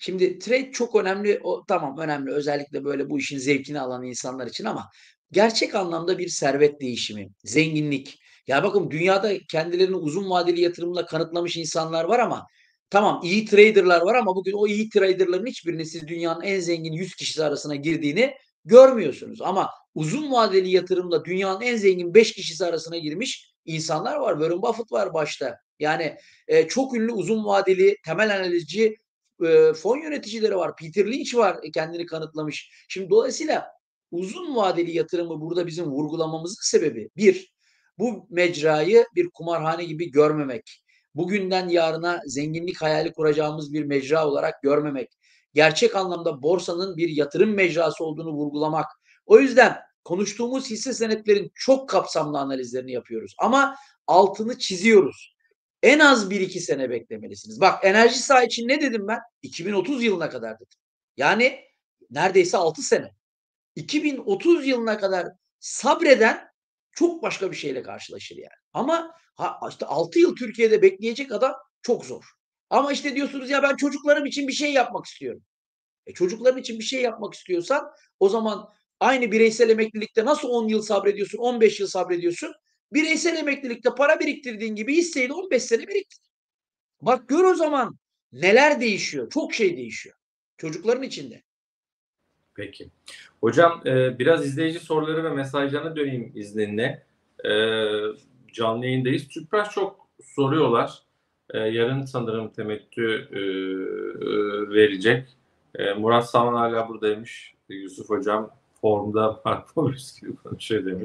Speaker 2: Şimdi trade çok önemli. O tamam önemli. Özellikle böyle bu işin zevkini alan insanlar için ama gerçek anlamda bir servet değişimi, zenginlik. Ya bakın dünyada kendilerini uzun vadeli yatırımla kanıtlamış insanlar var ama tamam iyi trader'lar var ama bugün o iyi trader'ların hiçbirini siz dünyanın en zengin yüz kişisi arasına girdiğini görmüyorsunuz. Ama uzun vadeli yatırımla dünyanın en zengin beş kişisi arasına girmiş insanlar var. Warren Buffett var başta. Yani e, çok ünlü uzun vadeli temel analizci e, fon yöneticileri var. Peter Lynch var e, kendini kanıtlamış. Şimdi dolayısıyla uzun vadeli yatırımı burada bizim vurgulamamızın sebebi bir, bu mecrayı bir kumarhane gibi görmemek. Bugünden yarına zenginlik hayali kuracağımız bir mecra olarak görmemek. Gerçek anlamda borsanın bir yatırım mecrası olduğunu vurgulamak. O yüzden konuştuğumuz hisse senetlerin çok kapsamlı analizlerini yapıyoruz. Ama altını çiziyoruz. En az bir iki sene beklemelisiniz. Bak enerji saha için ne dedim ben? iki bin otuz yılına kadar dedim. Yani neredeyse altı sene. iki bin otuz yılına kadar sabreden çok başka bir şeyle karşılaşır yani. Ama ha, işte altı yıl Türkiye'de bekleyecek adam çok zor. Ama işte diyorsunuz ya ben çocuklarım için bir şey yapmak istiyorum. E çocukların için bir şey yapmak istiyorsan o zaman aynı bireysel emeklilikte nasıl on yıl sabrediyorsun, on beş yıl sabrediyorsun? Bireysel emeklilikte para biriktirdiğin gibi hisseyi de on beş sene biriktir. Bak gör o zaman neler değişiyor. Çok şey değişiyor. Çocukların içinde.
Speaker 1: Peki. Hocam e, biraz izleyici soruları ve mesajlarına döneyim izninle. E, canlı yayındayız. Tüpraş çok soruyorlar. E, yarın sanırım temettü e, verecek. E, Murat Saman hala buradaymış. Yusuf Hocam formda Mark Mobius gibi konuşuyor demiş.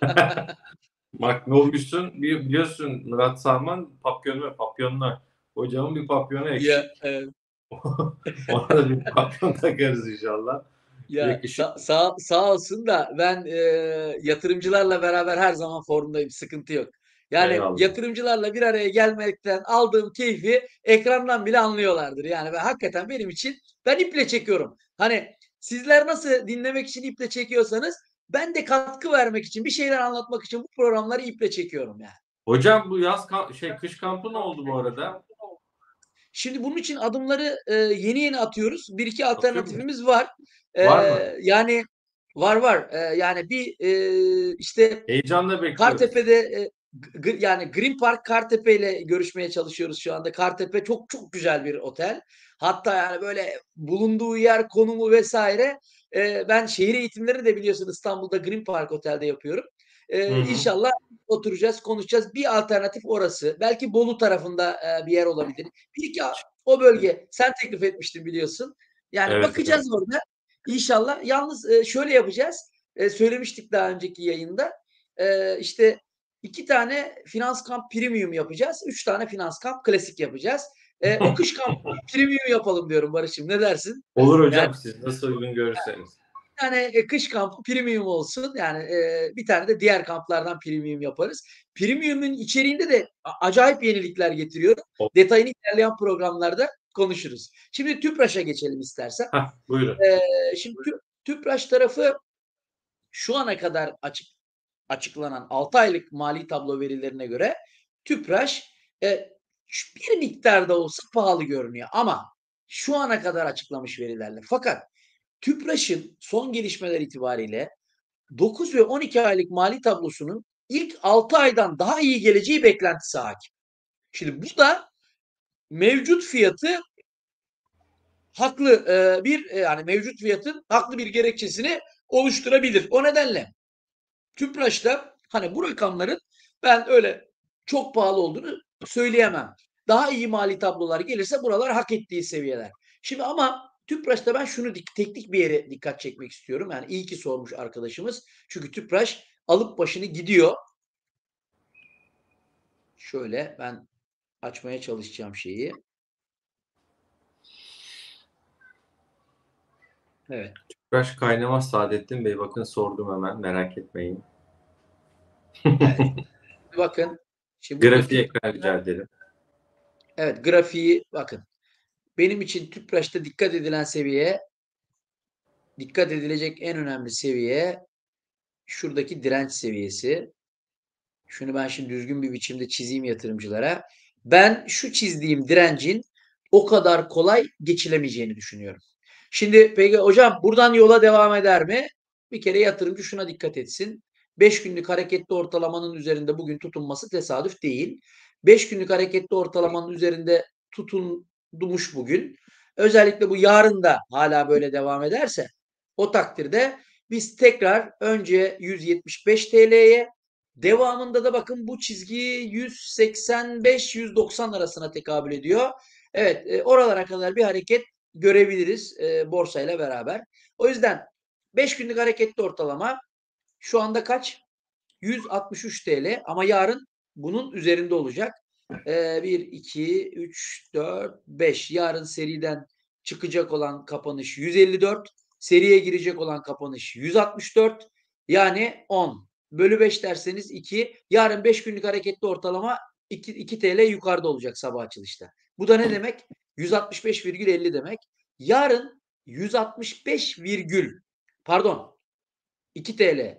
Speaker 1: Mark Mobius'un biliyorsun Murat Saman papyonu, papyonlar. Hocamın bir papyonu
Speaker 2: Ya,
Speaker 1: eksik.
Speaker 2: evet.
Speaker 1: Ona da bir papyon takarız inşallah.
Speaker 2: Ya
Speaker 1: Yakışık.
Speaker 2: sa sağ sağ olsun da ben, eee, yatırımcılarla beraber her zaman formdayım, sıkıntı yok. Yani
Speaker 1: Eyvallah.
Speaker 2: yatırımcılarla bir araya gelmekten aldığım keyfi ekrandan bile anlıyorlardır. Yani ben hakikaten benim için ben iple çekiyorum. Hani sizler nasıl dinlemek için iple çekiyorsanız ben de katkı vermek için, bir şeyler anlatmak için bu programları iple çekiyorum yani.
Speaker 1: Hocam bu yaz ka- şey kış kampı ne oldu bu arada?
Speaker 2: Şimdi bunun için adımları, eee, yeni yeni atıyoruz. bir iki
Speaker 1: Atıyor muyuz?
Speaker 2: alternatifimiz var.
Speaker 1: Var mı?
Speaker 2: Eee, yani var var. Eee, yani bir, eee, işte
Speaker 1: Heyecanla bekliyoruz.
Speaker 2: Kartepe'de, eee, g yani Green Park Kartepe ile görüşmeye çalışıyoruz şu anda. Kartepe çok çok güzel bir otel. Hatta yani böyle bulunduğu yer, konumu vesaire. Eee, ben şehir eğitimlerini de biliyorsun İstanbul'da Green Park Otel'de yapıyorum.
Speaker 1: Hı
Speaker 2: Eee,
Speaker 1: hı.
Speaker 2: inşallah oturacağız, konuşacağız. Bir alternatif orası. Belki Bolu tarafında, eee, bir yer olabilir. Bir iki o bölge. Sen teklif etmiştin biliyorsun. Yani
Speaker 1: Evet, evet.
Speaker 2: bakacağız orada. İnşallah. Yalnız, eee, şöyle yapacağız. Eee, söylemiştik daha önceki yayında. Eee, işte iki tane finans kamp premium yapacağız. Üç tane finans kamp klasik yapacağız. Eee, o kış kampını premium yapalım diyorum Barış'ım. Ne dersin?
Speaker 1: Olur
Speaker 2: Yani
Speaker 1: hocam siz nasıl uygun görürseniz.
Speaker 2: bir tane e, kış kampı premium olsun. Yani e, bir tane de diğer kamplardan premium yaparız. Premium'un içeriğinde de acayip yenilikler getiriyorum.
Speaker 1: O-
Speaker 2: Detayını ilerleyen programlarda konuşuruz. Şimdi TÜPRAŞ'a geçelim istersen.
Speaker 1: Hah, buyurun.
Speaker 2: Eee, şimdi Tü TÜPRAŞ tarafı şu ana kadar açık açıklanan altı aylık mali tablo verilerine göre TÜPRAŞ e, bir miktar da olsa pahalı görünüyor ama şu ana kadar açıklamış verilerle. Fakat TÜPRAŞ'ın son gelişmeler itibariyle dokuz ve on iki aylık mali tablosunun ilk altı aydan daha iyi geleceği beklentisi hakim. Şimdi bu da mevcut fiyatı haklı e, bir e, yani mevcut fiyatın haklı bir gerekçesini oluşturabilir. O nedenle TÜPRAŞ'ta hani bu rakamların ben öyle çok pahalı olduğunu söyleyemem. Daha iyi mali tablolar gelirse buralar hak ettiği seviyeler. Şimdi ama TÜPRAŞ'ta ben şunu teknik bir yere dikkat çekmek istiyorum. Yani iyi ki sormuş arkadaşımız. Çünkü TÜPRAŞ alıp başını gidiyor. Şöyle ben açmaya çalışacağım şeyi. Evet.
Speaker 1: Tüpraş kaynamaz Saadettin Bey. Bakın sordum hemen. Merak etmeyin.
Speaker 2: Evet. Bakın. Şimdi burada
Speaker 1: Grafiği
Speaker 2: TÜPRAŞ'ta
Speaker 1: ekran rica ederim.
Speaker 2: evet grafiği bakın. Benim için TÜPRAŞ'ta dikkat edilen seviye, dikkat edilecek en önemli seviye şuradaki direnç seviyesi. Şunu ben şimdi düzgün bir biçimde çizeyim yatırımcılara. Ben şu çizdiğim direncin o kadar kolay geçilemeyeceğini düşünüyorum. Şimdi peki hocam buradan yola devam eder mi? Bir kere yatırımcı şuna dikkat etsin. beş günlük hareketli ortalamanın üzerinde bugün tutunması tesadüf değil. beş günlük hareketli ortalamanın üzerinde tutulmuş bugün. Özellikle bu yarın da hala böyle devam ederse o takdirde biz tekrar önce yüz yetmiş beş T L'ye, devamında da bakın bu çizgi yüz seksen beş yüz doksan arasına tekabül ediyor. Evet, e, oralara kadar bir hareket görebiliriz e, borsayla beraber. O yüzden beş günlük hareketli ortalama şu anda kaç? yüz altmış üç T L ama yarın bunun üzerinde olacak. E, bir, iki, üç, dört, beş. Yarın seriden çıkacak olan kapanış yüz elli dört. Seriye girecek olan kapanış yüz altmış dört. Yani on. Bölü beş derseniz iki. Yarın beş günlük hareketli ortalama iki, iki T L yukarıda olacak sabah açılışta. Bu da ne demek? yüz altmış beş virgül elli demek. Yarın yüz altmış beş virgül pardon iki T L.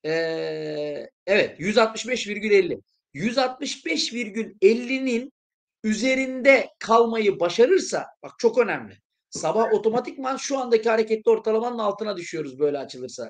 Speaker 2: Ee, evet yüz altmış beş virgül elli. yüz altmış beş virgül ellinin üzerinde kalmayı başarırsa bak çok önemli. Sabah otomatikman şu andaki hareketli ortalamanın altına düşüyoruz böyle açılırsa.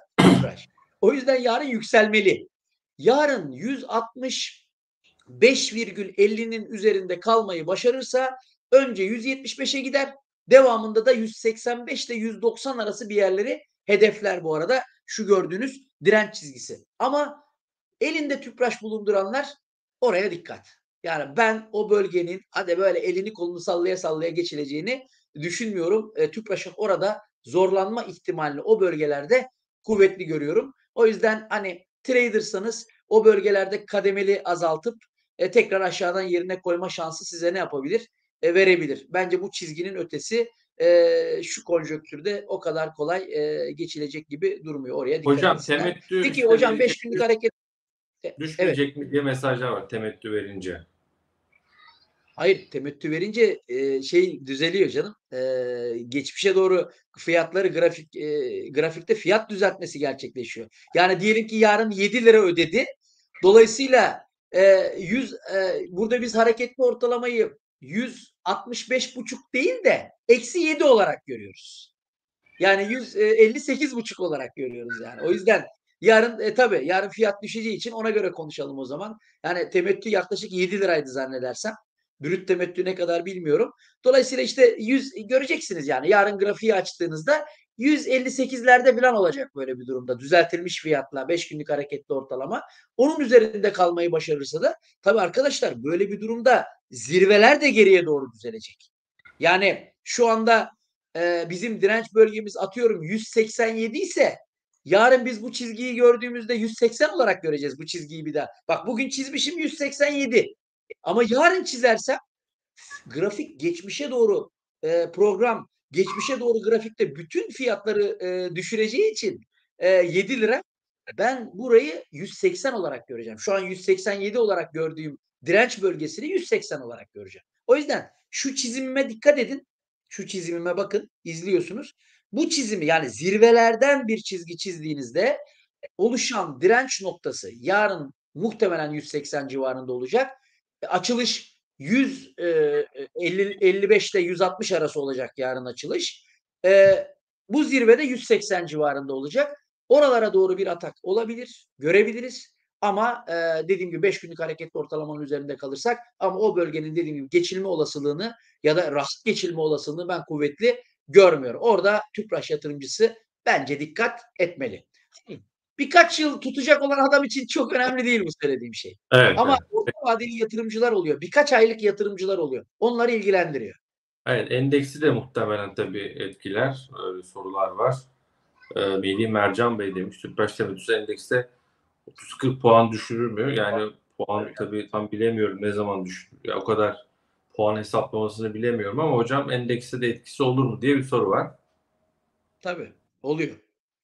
Speaker 2: O yüzden yarın yükselmeli. Yarın yüz altmış beş virgül ellinin üzerinde kalmayı başarırsa önce yüz yetmiş beşe gider. Devamında da yüz seksen beş ile yüz doksan arası bir yerleri hedefler bu arada. Şu gördüğünüz direnç çizgisi. Ama elinde tüpraş bulunduranlar oraya dikkat. Yani ben o bölgenin hadi böyle elini kolunu sallaya sallaya geçileceğini düşünmüyorum. E, tüpraşın orada zorlanma ihtimalini o bölgelerde kuvvetli görüyorum. O yüzden hani tradersanız o bölgelerde kademeli azaltıp e, tekrar aşağıdan yerine koyma şansı size ne yapabilir? E, verebilir. Bence bu çizginin ötesi e, şu konjonktürde o kadar kolay e, geçilecek gibi durmuyor. Oraya dikkat
Speaker 1: Hocam
Speaker 2: etsinler.
Speaker 1: temettü
Speaker 2: Peki
Speaker 1: işte
Speaker 2: hocam beş
Speaker 1: verecek,
Speaker 2: günlük hareket e, evet.
Speaker 1: düşmeyecek mi diye mesajlar var temettü verince.
Speaker 2: Hayır, temettü verince e, şey düzeliyor canım. E, geçmişe doğru fiyatları grafik e, grafikte fiyat düzeltmesi gerçekleşiyor. Yani diyelim ki yarın yedi lira ödedi. Dolayısıyla e, yüz e, burada biz hareketli ortalamayı yüz altmış beş buçuk değil de eksi yedi olarak görüyoruz. Yani yüz elli sekiz buçuk olarak görüyoruz yani. O yüzden yarın e, tabii yarın fiyat düşeceği için ona göre konuşalım o zaman. Yani temettü yaklaşık yedi liraydı zannedersem. Brüt temettü ne kadar bilmiyorum. Dolayısıyla işte yüz göreceksiniz yani. Yarın grafiği açtığınızda yüz elli sekizlerde falan olacak böyle bir durumda. Düzeltilmiş fiyatla beş günlük hareketli ortalama. Onun üzerinde kalmayı başarırsa da tabii arkadaşlar böyle bir durumda zirveler de geriye doğru düzelecek. Yani şu anda e, bizim direnç bölgemiz atıyorum yüz seksen yedi ise yarın biz bu çizgiyi gördüğümüzde yüz seksen olarak göreceğiz bu çizgiyi bir daha. Bak bugün çizmişim yüz seksen yedi. Ama yarın çizersem grafik geçmişe doğru e, program geçmişe doğru grafikte bütün fiyatları e, düşüreceği için e, yedi lira ben burayı yüz seksen olarak göreceğim. Şu an yüz seksen yedi olarak gördüğüm direnç bölgesini yüz seksen olarak göreceğim. O yüzden şu çizimime dikkat edin. Şu çizimime bakın, izliyorsunuz. Bu çizimi yani zirvelerden bir çizgi çizdiğinizde oluşan direnç noktası yarın muhtemelen yüz seksen civarında olacak. E, açılış yüz elli elli beş ile yüz altmış arası olacak yarın açılış. E, bu zirvede yüz seksen civarında olacak. Oralara doğru bir atak olabilir, görebiliriz. Ama e, dediğim gibi beş günlük hareketli ortalamanın üzerinde kalırsak ama o bölgenin dediğim gibi geçilme olasılığını ya da rahat geçilme olasılığını ben kuvvetli görmüyorum. Orada Tüpraş yatırımcısı bence dikkat etmeli. Birkaç yıl tutacak olan adam için çok önemli değil bu söylediğim şey.
Speaker 1: Evet,
Speaker 2: Ama
Speaker 1: evet.
Speaker 2: orta vadeli yatırımcılar oluyor. Birkaç aylık yatırımcılar oluyor. Onları ilgilendiriyor.
Speaker 1: Evet, endeksi de muhtemelen tabii etkiler. Öyle sorular var. Ee, Melih Mercan Bey demiş, Tüpraş temettüsü endekste otuz kırk puan düşürür mü? Yani puan tabii tam bilemiyorum ne zaman düşürür. Ya, o kadar puan hesaplamasını bilemiyorum ama hocam endekste de etkisi olur mu diye bir soru var.
Speaker 2: Tabii. Oluyor.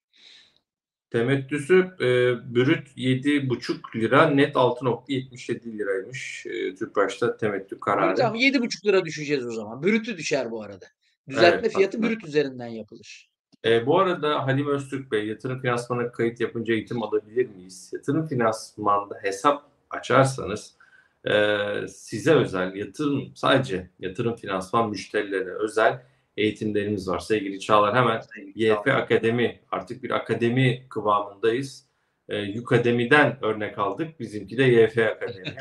Speaker 1: Temettüsü e, brüt yedi buçuk lira, net altı nokta yetmiş yedi liraymış. E, Tüpraş'ta temettü
Speaker 2: İyi,
Speaker 1: kararı.
Speaker 2: tamam yedi buçuk lira düşeceğiz o zaman. Brütü düşer bu arada. Düzeltme
Speaker 1: Evet.
Speaker 2: fiyatı brüt üzerinden yapılır.
Speaker 1: E, bu arada Halim Öztürk Bey, yatırım finansmanına kayıt yapınca eğitim alabilir miyiz? Yatırım finansmanda hesap açarsanız Eee, size özel yatırım, sadece yatırım finansman müşterilerine özel eğitimlerimiz var. Sevgili Çağlar, hemen Y F Akademi, artık bir akademi kıvamındayız. Eee, Udemy'den örnek aldık. Bizimki de Y F Akademi.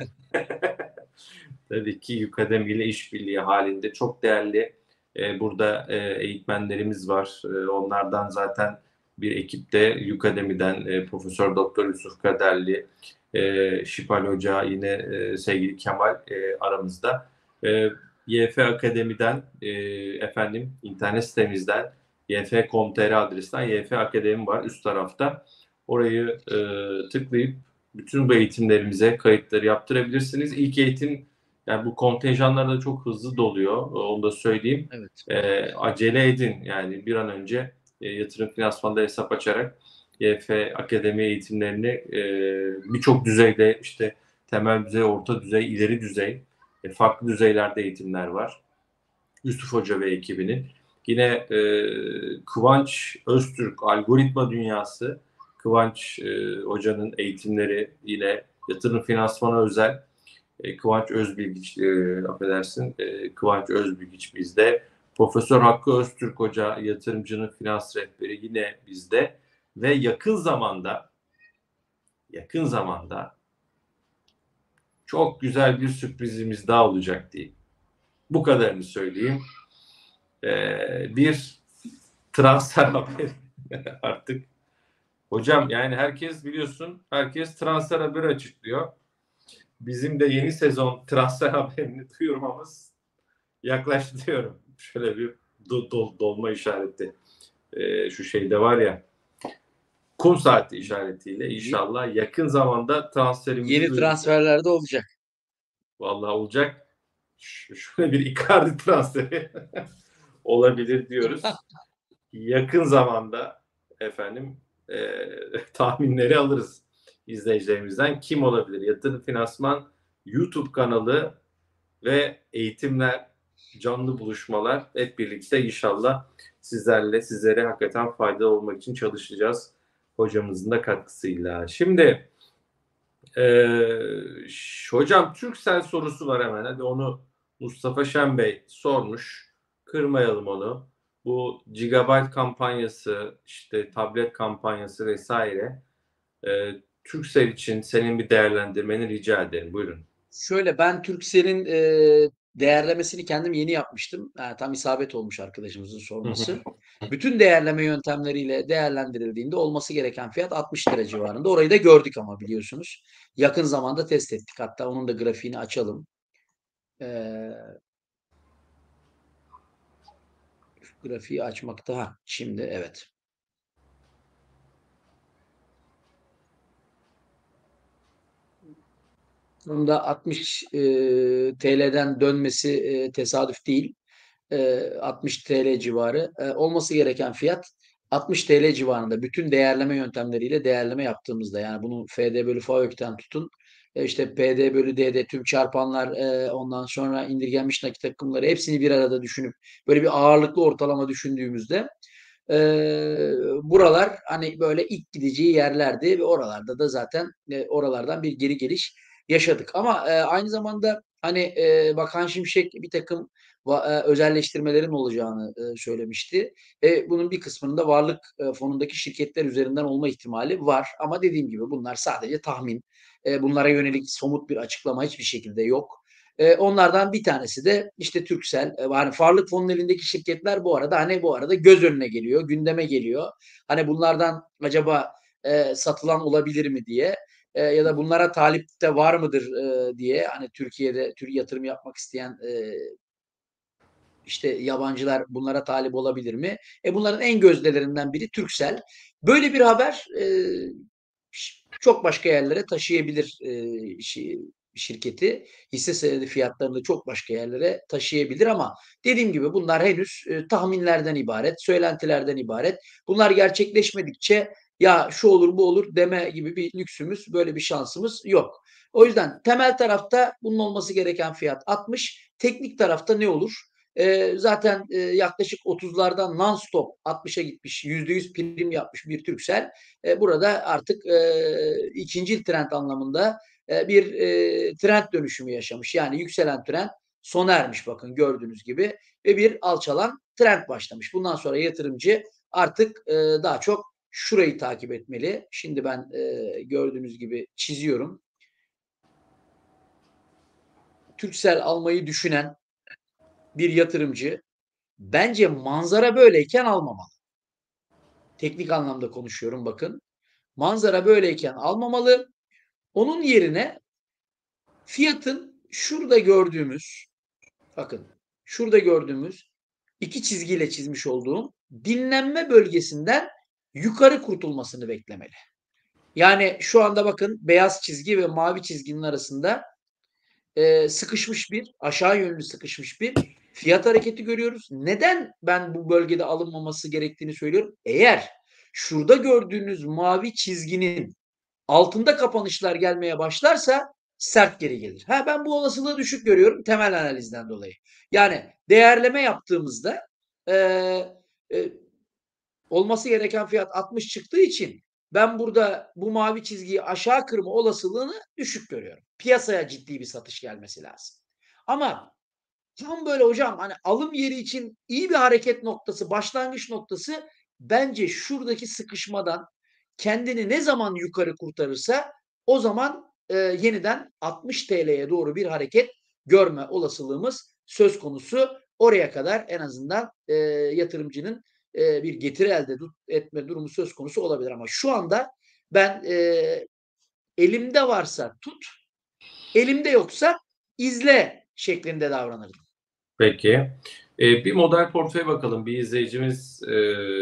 Speaker 1: Tabii ki Udemy ile işbirliği halinde çok değerli e, burada e, eğitmenlerimiz var. E, onlardan zaten bir ekipte Udemy'den e, Profesör Doktor Yusuf Kaderli, e, Şipal Hoca, yine e, sevgili Kemal e, aramızda. E, Y F Akademi'den e, efendim internet sitemizden y f nokta com nokta t r adresten Y F Akademi var üst tarafta. Orayı e, tıklayıp bütün bu eğitimlerimize kayıtları yaptırabilirsiniz. İlk eğitim, yani bu kontenjanlar da çok hızlı doluyor. Onu da söyleyeyim.
Speaker 2: Evet.
Speaker 1: E, acele edin. Yani bir an önce e, yatırım finansmanda hesap açarak Y F Akademi eğitimlerini e, birçok düzeyde, işte temel düzey, orta düzey, ileri düzey, e, farklı düzeylerde eğitimler var. Yusuf Hoca ve ekibinin. Yine e, Kıvanç Öztürk, Algoritma Dünyası, Kıvanç e, Hoca'nın eğitimleri, yine yatırım finansmana özel. E, Kıvanç Özbilgiç, e, affedersin, e, Kıvanç Özbilgiç bizde. Profesör Hakkı Öztürk Hoca, yatırımcının finans rehberi, yine bizde. Ve yakın zamanda, yakın zamanda çok güzel bir sürprizimiz daha olacak diyeyim. Bu kadarını söyleyeyim. Ee, bir transfer haberi artık. Hocam, yani herkes, biliyorsun, herkes transfer haberi açıklıyor. Bizim de yeni sezon transfer haberini duyurmamız yaklaştı diyorum. Şöyle bir do, do, dolma işareti. Ee, şu şeyde var ya, kum saati işaretiyle inşallah yakın zamanda transferimizi
Speaker 2: Yeni
Speaker 1: duyuracağız.
Speaker 2: transferlerde olacak.
Speaker 1: Vallahi olacak. Ş- şöyle bir Icardi transferi olabilir diyoruz. Yakın zamanda efendim e, tahminleri alırız izleyicilerimizden. Kim olabilir? Yatırım Finansman YouTube kanalı ve eğitimler, canlı buluşmalar, hep birlikte inşallah sizlerle, sizlere hakikaten faydalı olmak için çalışacağız. Hocamızın da katkısıyla. Şimdi e, hocam, Turkcell sorusu var hemen. Hadi onu Mustafa Şen Bey sormuş. Kırmayalım onu. Bu gigabyte kampanyası, işte tablet kampanyası vesaire. E, Turkcell için senin bir değerlendirmeni rica ederim. Buyurun.
Speaker 2: Şöyle, ben Turkcell'in eee, değerlemesini kendim yeni yapmıştım. Ha, tam isabet olmuş arkadaşımızın
Speaker 1: Hı hı.
Speaker 2: sorması. Bütün değerleme yöntemleriyle değerlendirildiğinde olması gereken fiyat altmış lira civarında. Orayı da gördük ama biliyorsunuz. Yakın zamanda test ettik. Hatta onun da grafiğini açalım. Eee, Grafiği açmakta. Ha, şimdi evet. Bunda altmış eee, T L'den dönmesi eee, tesadüf değil. Eee, altmış T L civarı. Eee, olması gereken fiyat altmış T L civarında. Bütün değerleme yöntemleriyle değerleme yaptığımızda, yani bunu F D bölü FAVÖK'ten tutun, e, işte P D bölü D D, tüm çarpanlar, eee, ondan sonra indirgenmiş nakit akımları, hepsini bir arada düşünüp böyle bir ağırlıklı ortalama düşündüğümüzde eee, buralar hani böyle ilk gideceği yerlerdi ve oralarda da zaten e, oralardan bir geri geliş yaşadık. Ama e, aynı zamanda hani e, Bakan Şimşek bir takım va- e, özelleştirmelerin olacağını e, söylemişti. Ve bunun bir kısmının da varlık e, fonundaki şirketler üzerinden olma ihtimali var. Ama dediğim gibi bunlar sadece tahmin. E, bunlara yönelik somut bir açıklama hiçbir şekilde yok. E, onlardan bir tanesi de işte Turkcell. E, hani varlık fonunun elindeki şirketler bu arada hani bu arada göz önüne geliyor, gündeme geliyor. Hani bunlardan acaba e, satılan olabilir mi diye e, ya da bunlara talip de var mıdır e, diye, hani Türkiye'de tür yatırım yapmak isteyen e, işte yabancılar bunlara talip olabilir mi? E bunların en gözdelerinden biri Turkcell. Böyle bir haber e, çok başka yerlere taşıyabilir e, şirketi. Hisse senedi fiyatlarını çok başka yerlere taşıyabilir ama dediğim gibi bunlar henüz e, tahminlerden ibaret, söylentilerden ibaret. Bunlar gerçekleşmedikçe ya şu olur bu olur deme gibi bir lüksümüz, böyle bir şansımız yok. O yüzden temel tarafta bunun olması gereken fiyat altmış. Teknik tarafta ne olur? E, zaten e, yaklaşık otuzlardan non-stop altmışa gitmiş, yüzde yüz prim yapmış bir Turkcell. E, burada artık e, ikinci trend anlamında e, bir e, trend dönüşümü yaşamış. Yani yükselen trend sona ermiş bakın gördüğünüz gibi ve bir alçalan trend başlamış. Bundan sonra yatırımcı artık e, daha çok şurayı takip etmeli. Şimdi ben e, gördüğünüz gibi çiziyorum. Turkcell almayı düşünen bir yatırımcı bence manzara böyleyken almamalı. Teknik anlamda konuşuyorum bakın. Manzara böyleyken almamalı. Onun yerine fiyatın şurada gördüğümüz, bakın şurada gördüğümüz iki çizgiyle çizmiş olduğum dinlenme bölgesinden yukarı kurtulmasını beklemeli. Yani şu anda bakın beyaz çizgi ve mavi çizginin arasında e, sıkışmış bir, aşağı yönlü sıkışmış bir fiyat hareketi görüyoruz. Neden ben bu bölgede alınmaması gerektiğini söylüyorum? Eğer şurada gördüğünüz mavi çizginin altında kapanışlar gelmeye başlarsa sert geri gelir. Ha, ben bu olasılığı düşük görüyorum temel analizden dolayı. Yani değerleme yaptığımızda e, e, olması gereken fiyat altmış çıktığı için ben burada bu mavi çizgiyi aşağı kırma olasılığını düşük görüyorum. Piyasaya ciddi bir satış gelmesi lazım. Ama tam böyle hocam hani alım yeri için iyi bir hareket noktası, başlangıç noktası bence şuradaki sıkışmadan kendini ne zaman yukarı kurtarırsa o zaman e, yeniden altmış T L'ye doğru bir hareket görme olasılığımız söz konusu. Oraya kadar en azından e, yatırımcının e, bir getiri elde etme durumu söz konusu olabilir. Ama şu anda ben e, elimde varsa tut, elimde yoksa izle şeklinde davranırdım.
Speaker 1: Peki. E, bir model portföye bakalım. Bir izleyicimiz e,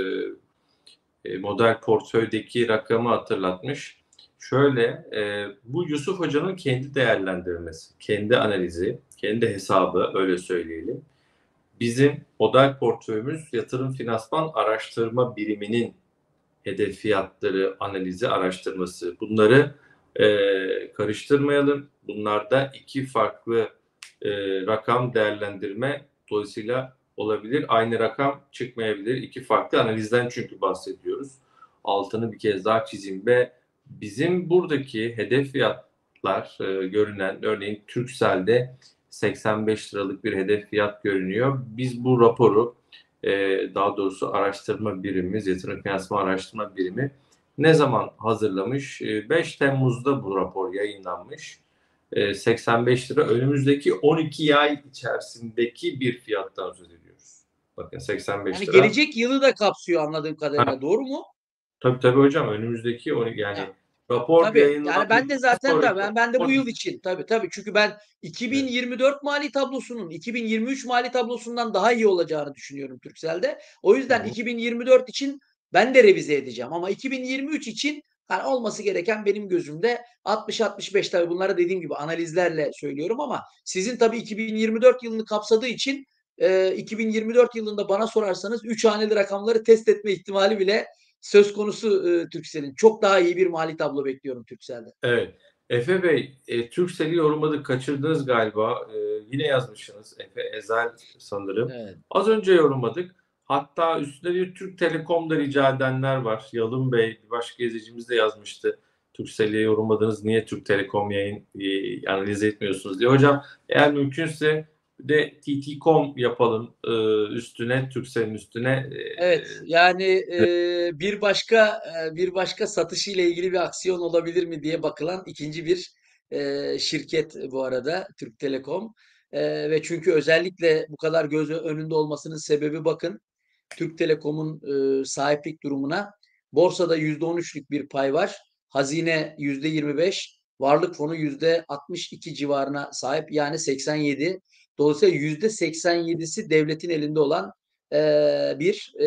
Speaker 1: e, model portföydeki rakamı hatırlatmış. Şöyle, e, bu Yusuf Hoca'nın kendi değerlendirmesi, kendi analizi, kendi hesabı öyle söyleyelim. Bizim model portföyümüz yatırım finansman araştırma biriminin hedef fiyatları, analizi, araştırması. Bunları e, karıştırmayalım. Bunlarda iki farklı e, rakam değerlendirme dolayısıyla olabilir. Aynı rakam çıkmayabilir. İki farklı analizden çünkü bahsediyoruz. Altını bir kez daha çizeyim ve bizim buradaki hedef fiyatlar e, görünen, örneğin Turkcell'de seksen beş liralık bir hedef fiyat görünüyor. Biz bu raporu e, daha doğrusu araştırma birimimiz, yatırım finansman araştırma birimi ne zaman hazırlamış? E, beş Temmuz'da bu rapor yayınlanmış. E, seksen beş lira önümüzdeki on iki ay içerisindeki bir fiyattan söz ediyoruz. Bakın seksen beş
Speaker 2: Yani
Speaker 1: lira.
Speaker 2: gelecek yılı da kapsıyor anladığım
Speaker 1: Ha,
Speaker 2: kadarıyla. Doğru mu?
Speaker 1: tabii tabii hocam önümüzdeki on yani
Speaker 2: Ya,
Speaker 1: rapor
Speaker 2: tabii. Yani ben de
Speaker 1: yayınlandıktan
Speaker 2: zaten da
Speaker 1: sonraki
Speaker 2: ben, ben de bu
Speaker 1: on iki.
Speaker 2: yıl için tabii tabii. Çünkü ben
Speaker 1: Evet.
Speaker 2: iki bin yirmi dört mali tablosunun iki bin yirmi üç mali tablosundan daha iyi olacağını düşünüyorum Turkcell'de. O
Speaker 1: Hı
Speaker 2: yüzden
Speaker 1: hı.
Speaker 2: iki bin yirmi dört için ben de revize edeceğim. Ama iki bin yirmi üç için yani olması gereken benim gözümde altmış altmış beş tabii bunları dediğim gibi analizlerle söylüyorum ama sizin tabii iki bin yirmi dört yılını kapsadığı için e, iki bin yirmi dört yılında bana sorarsanız üç haneli rakamları test etme ihtimali bile söz konusu e, Turkcell'in. Çok daha iyi bir mali tablo bekliyorum Turkcell'de.
Speaker 1: Evet. Efe Bey, e, Turkcell'i yorumladık, kaçırdınız galiba. E, yine yazmışsınız. Efe Ezel sanırım.
Speaker 2: Evet.
Speaker 1: Az önce yorumladık. Hatta üstüne bir Türk Telekom'da rica edenler var. Yalın Bey, bir başka izleyicimiz de yazmıştı. Turkcell'i yorumladınız. Niye Türk Telekom yayın e, analiz etmiyorsunuz diye. Hocam eğer mümkünse bir de T T nokta com yapalım e, üstüne, Turkcell'in üstüne. E,
Speaker 2: Evet, yani e, bir başka e, bir başka satışı ile ilgili bir aksiyon olabilir mi diye bakılan ikinci bir e, şirket bu arada Türk Telekom. E, ve çünkü özellikle bu kadar göz önünde olmasının sebebi bakın Türk Telekom'un e, sahiplik durumuna borsada yüzde on üçlük bir pay var. Hazine yüzde yirmi beş, varlık fonu yüzde altmış iki civarına sahip yani seksen yedi. Dolayısıyla yüzde seksen yedisi devletin elinde olan e, bir e,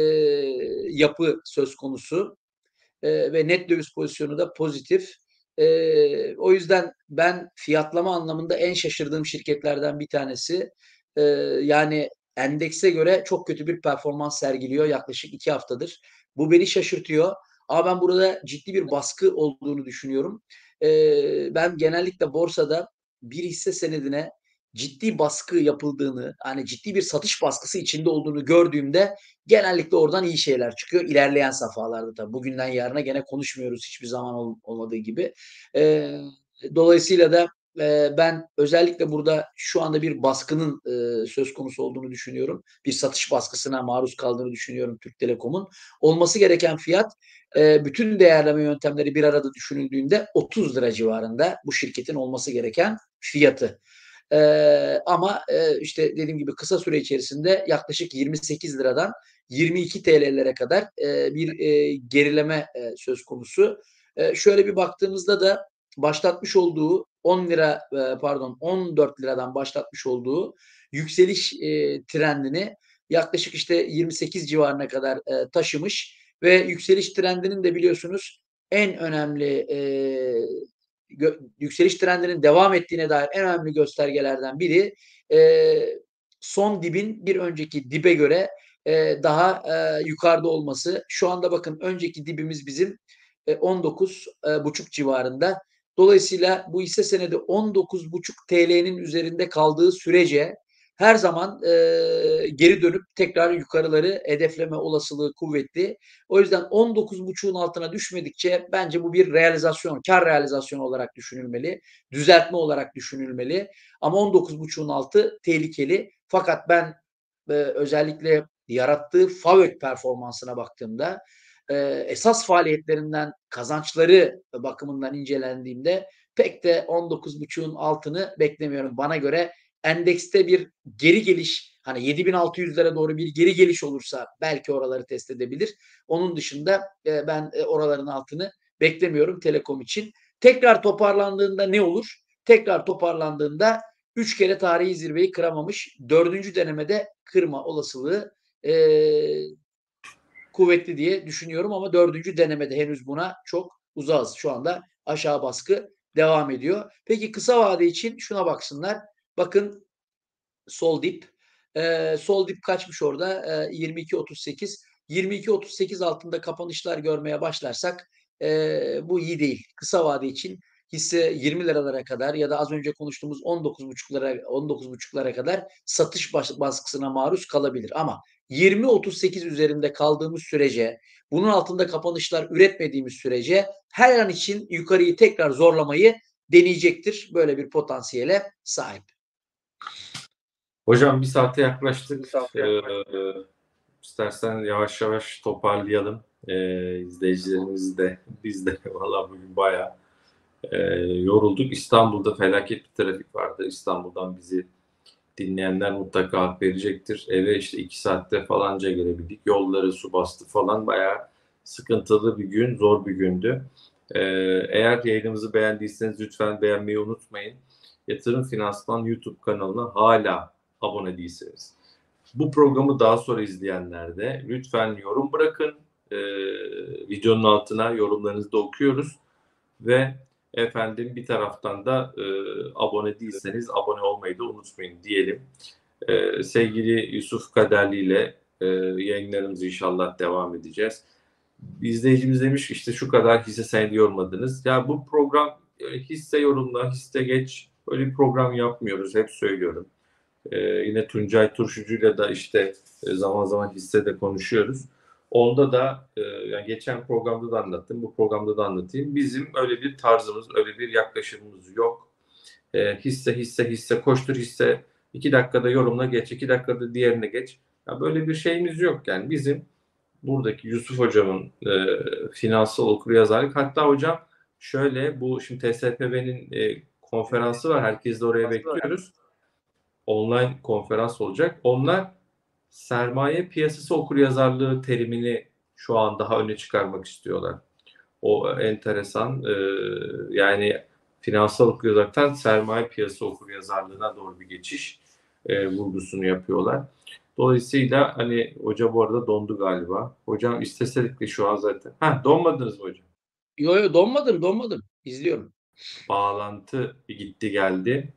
Speaker 2: yapı söz konusu e, ve net döviz pozisyonu da pozitif. E, o yüzden ben fiyatlama anlamında en şaşırdığım şirketlerden bir tanesi. E, yani endekse göre çok kötü bir performans sergiliyor yaklaşık iki haftadır. Bu beni şaşırtıyor. Ama ben burada ciddi bir baskı olduğunu düşünüyorum. E, ben genellikle borsada bir hisse senedine ciddi baskı yapıldığını, hani ciddi bir satış baskısı içinde olduğunu gördüğümde genellikle oradan iyi şeyler çıkıyor. İlerleyen safhalarda tabii. Bugünden yarına gene konuşmuyoruz hiçbir zaman ol, olmadığı gibi. Ee, dolayısıyla da e, ben özellikle burada şu anda bir baskının e, söz konusu olduğunu düşünüyorum. Bir satış baskısına maruz kaldığını düşünüyorum Türk Telekom'un. Olması gereken fiyat e, bütün değerleme yöntemleri bir arada düşünüldüğünde otuz lira civarında bu şirketin olması gereken fiyatı. E, ama e, işte dediğim gibi kısa süre içerisinde yaklaşık yirmi sekiz liradan yirmi iki T L'lere kadar e, bir e, gerileme e, söz konusu. E, şöyle bir baktığımızda da başlatmış olduğu on lira e, pardon on dört liradan başlatmış olduğu yükseliş e, trendini yaklaşık işte yirmi sekiz civarına kadar e, taşımış ve yükseliş trendinin de biliyorsunuz en önemli e, gö- yükseliş trendinin devam ettiğine dair en önemli göstergelerden biri e, son dibin bir önceki dibe göre e, daha e, yukarıda olması. Şu anda bakın önceki dibimiz bizim e, on dokuz buçuk civarında. Dolayısıyla bu hisse senedi on dokuz buçuk T L'nin üzerinde kaldığı sürece her zaman e, geri dönüp tekrar yukarıları hedefleme olasılığı kuvvetli. O yüzden on dokuz buçuğun altına düşmedikçe bence bu bir realizasyon, kar realizasyonu olarak düşünülmeli, düzeltme olarak düşünülmeli. Ama on dokuz buçuğun altı tehlikeli. Fakat ben e, özellikle yarattığı FAVÖK performansına baktığımda e, esas faaliyetlerinden kazançları bakımından incelendiğimde pek de on dokuz buçuğun altını beklemiyorum. Bana göre endekste bir geri geliş hani yedi bin altı yüzlere doğru bir geri geliş olursa belki oraları test edebilir. Onun dışında e, ben e, oraların altını beklemiyorum Telekom için. Tekrar toparlandığında ne olur? Tekrar toparlandığında üç kere tarihi zirveyi kıramamış. Dördüncü denemede kırma olasılığı e, kuvvetli diye düşünüyorum ama dördüncü denemede henüz buna çok uzağız. Şu anda aşağı baskı devam ediyor. Peki kısa vade için şuna baksınlar. Bakın sol dip. Ee, sol dip kaçmış orada? Ee, yirmi iki otuz sekiz. yirmi iki otuz sekiz altında kapanışlar görmeye başlarsak e, bu iyi değil. Kısa vade için hisse yirmi liralara kadar ya da az önce konuştuğumuz on dokuz buçuklara on dokuz buçuklara kadar satış baskısına maruz kalabilir. Ama yirmi otuz sekiz üzerinde kaldığımız sürece, bunun altında kapanışlar üretmediğimiz sürece her an için yukarıyı tekrar zorlamayı deneyecektir. Böyle bir potansiyele sahip.
Speaker 1: Hocam bir saate yaklaştık.
Speaker 2: Bir saate yaklaştık.
Speaker 1: Ee, istersen yavaş yavaş toparlayalım. Ee, izleyicilerimiz de biz de valla bugün bayağı e, yorulduk. İstanbul'da felaket bir trafik vardı. İstanbul'dan bizi dinleyenler mutlaka hak verecektir. Eve işte iki saatte falanca gelebildik. Yolları su bastı falan, bayağı sıkıntılı bir gün, zor bir gündü. Ee, eğer yayınımızı beğendiyseniz lütfen beğenmeyi unutmayın. Yatırım Finansman YouTube kanalına hala abone değilseniz, bu programı daha sonra izleyenler de lütfen yorum bırakın. Ee, videonun altına yorumlarınızı da okuyoruz. Ve efendim bir taraftan da e, abone değilseniz abone olmayı da unutmayın diyelim. E, sevgili Yusuf Kaderli ile e, yayınlarımızı inşallah devam edeceğiz. İzleyicimiz demiş ki işte şu kadar hisse senedi yorumladınız. Ya bu program e, hisse yorumla, hisse geç, öyle bir program yapmıyoruz. Hep söylüyorum. E, yine Tuncay Turşucu'yla da işte e, zaman zaman hisse de konuşuyoruz. Onda da e, yani geçen programda da anlattım, bu programda da anlatayım. Bizim öyle bir tarzımız, öyle bir yaklaşımımız yok. E, hisse hisse hisse koştur, hisse iki dakikada yorumla geç, iki dakikada diğerine geç. Ya böyle bir şeyimiz yok yani. Bizim buradaki Yusuf hocamın e, finansal okuryazarlık, hatta hocam şöyle, bu şimdi T S P B'nin e, konferansı var. Herkes de oraya bekliyoruz. Online konferans olacak. Onlar sermaye piyasası okuryazarlığı terimini şu an daha öne çıkarmak istiyorlar. O enteresan. E, yani finansal okuryazarlıktan sermaye piyasası okuryazarlığına doğru bir geçiş e, vurgusunu yapıyorlar. Dolayısıyla hani hoca bu arada dondu galiba. Hocam isteseydik de şu an zaten. Ha, donmadınız mı hocam?
Speaker 2: Yo yo donmadım donmadım. İzliyorum.
Speaker 1: Bağlantı bir gitti geldi.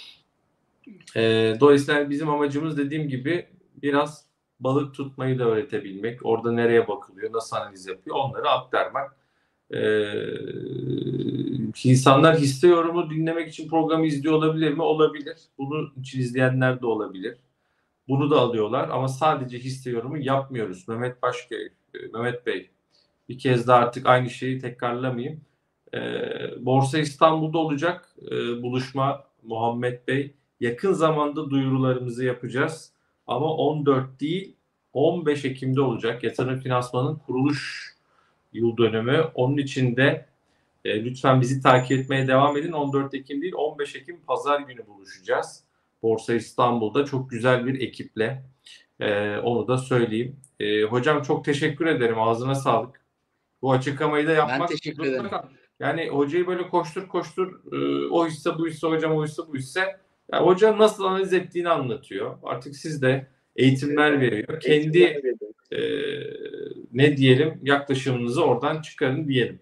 Speaker 1: E, dolayısıyla bizim amacımız dediğim gibi biraz balık tutmayı da öğretebilmek. Orada nereye bakılıyor, nasıl analiz yapıyor, onları aktarmak. Ee, insanlar hisse yorumu dinlemek için programı izliyor olabilir mi? Olabilir. Bunun için izleyenler de olabilir. Bunu da alıyorlar ama sadece hisse yorumu yapmıyoruz. Mehmet Başköy, Mehmet Bey, bir kez daha artık aynı şeyi tekrarlamayayım. E, Borsa İstanbul'da olacak e, buluşma Muhammed Bey. Yakın zamanda duyurularımızı yapacağız. Ama on dört değil on beş Ekim'de olacak. Yatırım Finansman'ın kuruluş yıl dönümü. Onun için de e, lütfen bizi takip etmeye devam edin. on dört Ekim değil on beş Ekim Pazar günü buluşacağız. Borsa İstanbul'da çok güzel bir ekiple. E, onu da söyleyeyim. E, hocam çok teşekkür ederim. Ağzına sağlık. Bu açıklamayı da
Speaker 2: Ben
Speaker 1: yapmak
Speaker 2: teşekkür
Speaker 1: zorunda
Speaker 2: ederim.
Speaker 1: kal. Yani hocayı böyle koştur koştur e, o hisse bu hisse hocam o hisse bu hisse. Yani hoca nasıl analiz ettiğini anlatıyor. Artık siz de eğitimler veriyor. Kendi e, ne diyelim yaklaşımınızı oradan çıkarın diyelim.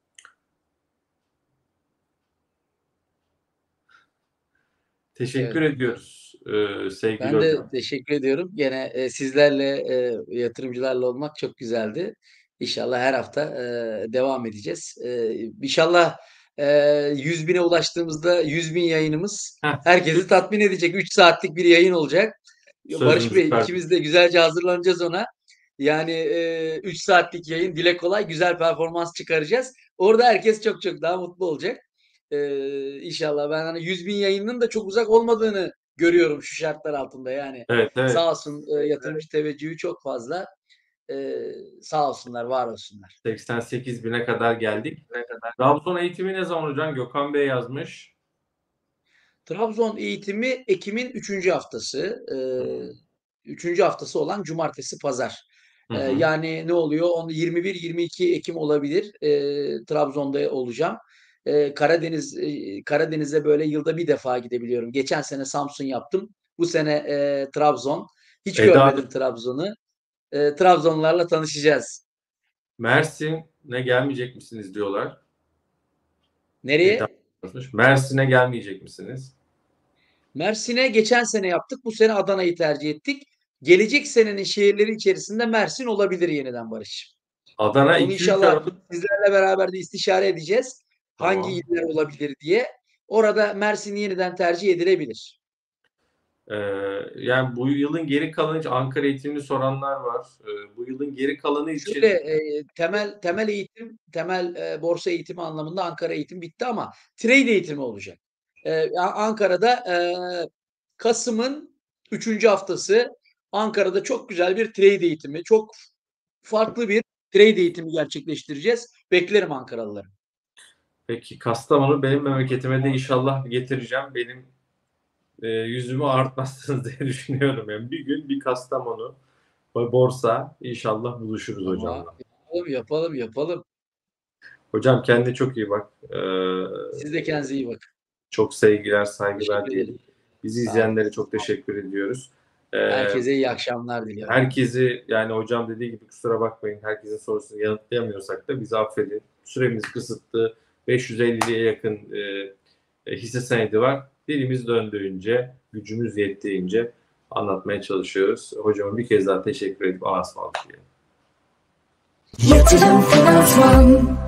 Speaker 1: Teşekkür
Speaker 2: Evet.
Speaker 1: ediyoruz e, sevgili
Speaker 2: Ben de
Speaker 1: hocam.
Speaker 2: teşekkür ediyorum. Gene e, sizlerle, e, yatırımcılarla olmak çok güzeldi. İnşallah her hafta e, devam edeceğiz. E, İnşallah e, yüz bine ulaştığımızda yüz bin yayınımız
Speaker 1: Heh,
Speaker 2: herkesi tatmin edecek. üç saatlik bir yayın olacak. Barış
Speaker 1: sözünüzü
Speaker 2: Bey
Speaker 1: verdim.
Speaker 2: ikimiz de güzelce hazırlanacağız ona. Yani e, üç saatlik yayın dile kolay güzel performans çıkaracağız. Orada herkes çok çok daha mutlu olacak. E, İnşallah ben hani yüz bin yayının da çok uzak olmadığını görüyorum şu şartlar altında yani.
Speaker 1: Evet, evet.
Speaker 2: Sağ olsun e, yatırımcı teveccühü çok fazla. E, Sağ olsunlar, var olsunlar.
Speaker 1: seksen sekiz bine kadar geldik. Trabzon eğitimi ne zaman hocam? Gökhan Bey yazmış.
Speaker 2: Trabzon eğitimi Ekim'in üçüncü haftası. E, üçüncü haftası olan cumartesi pazar.
Speaker 1: Hı
Speaker 2: E,
Speaker 1: hı.
Speaker 2: yani ne oluyor? Onu yirmi bir yirmi iki Ekim olabilir. E, Trabzon'da olacağım. E, Karadeniz e, Karadeniz'e böyle yılda bir defa gidebiliyorum. Geçen sene Samsun yaptım. Bu sene e, Trabzon. Hiç
Speaker 1: Eda
Speaker 2: görmedim Trabzon'u. E, Trabzonlularla tanışacağız.
Speaker 1: Mersin'e gelmeyecek misiniz diyorlar. Eda
Speaker 2: Nereye?
Speaker 1: yazmış. Mersin'e gelmeyecek misiniz?
Speaker 2: Mersin'e geçen sene yaptık. Bu sene Adana'yı tercih ettik. Gelecek senenin şehirleri içerisinde Mersin olabilir yeniden Barış.
Speaker 1: Adana
Speaker 2: Onu
Speaker 1: iki üç
Speaker 2: inşallah
Speaker 1: Aralık.
Speaker 2: sizlerle beraber de istişare edeceğiz. Hangi
Speaker 1: Tamam.
Speaker 2: iller olabilir diye. Orada Mersin yeniden tercih edilebilir.
Speaker 1: Ee, yani bu yılın geri kalanı için Ankara eğitimini soranlar var. Ee, bu yılın geri kalanı
Speaker 2: Şöyle
Speaker 1: için
Speaker 2: e, temel temel eğitim, temel e, borsa eğitimi anlamında Ankara eğitim bitti ama trade eğitimi olacak. E, Ankara'da e, Kasım'ın üçüncü haftası Ankara'da çok güzel bir trade eğitimi, çok farklı bir trade eğitimi gerçekleştireceğiz. Beklerim Ankaralıları.
Speaker 1: peki Kastamonu benim memleketime de inşallah getireceğim. Benim e, yüzümü ağartmazsınız diye düşünüyorum. Yani bir gün bir Kastamonu borsa inşallah buluşuruz
Speaker 2: Ama
Speaker 1: hocamla.
Speaker 2: yapalım, yapalım, yapalım.
Speaker 1: Hocam kendine çok iyi bak. Ee,
Speaker 2: Siz de kendinize iyi bakın.
Speaker 1: çok sevgiler, saygılar
Speaker 2: Teşekkür
Speaker 1: diyelim.
Speaker 2: ederim.
Speaker 1: Bizi
Speaker 2: Sağ olun.
Speaker 1: izleyenlere çok teşekkür ediyoruz. Ee,
Speaker 2: Herkese iyi akşamlar diliyorum.
Speaker 1: herkesi yani hocam dediği gibi kusura bakmayın. Herkesin sorusunu yanıtlayamıyorsak da bizi affedin. Süremiz kısıtlı. beş yüz elliye yakın e, hisse senedi var. Dilimiz döndüğünce, gücümüz yettiğince anlatmaya çalışıyoruz. Hocama bir kez daha teşekkür edip ağız sağlık diyelim.
Speaker 3: Yatırım Finansman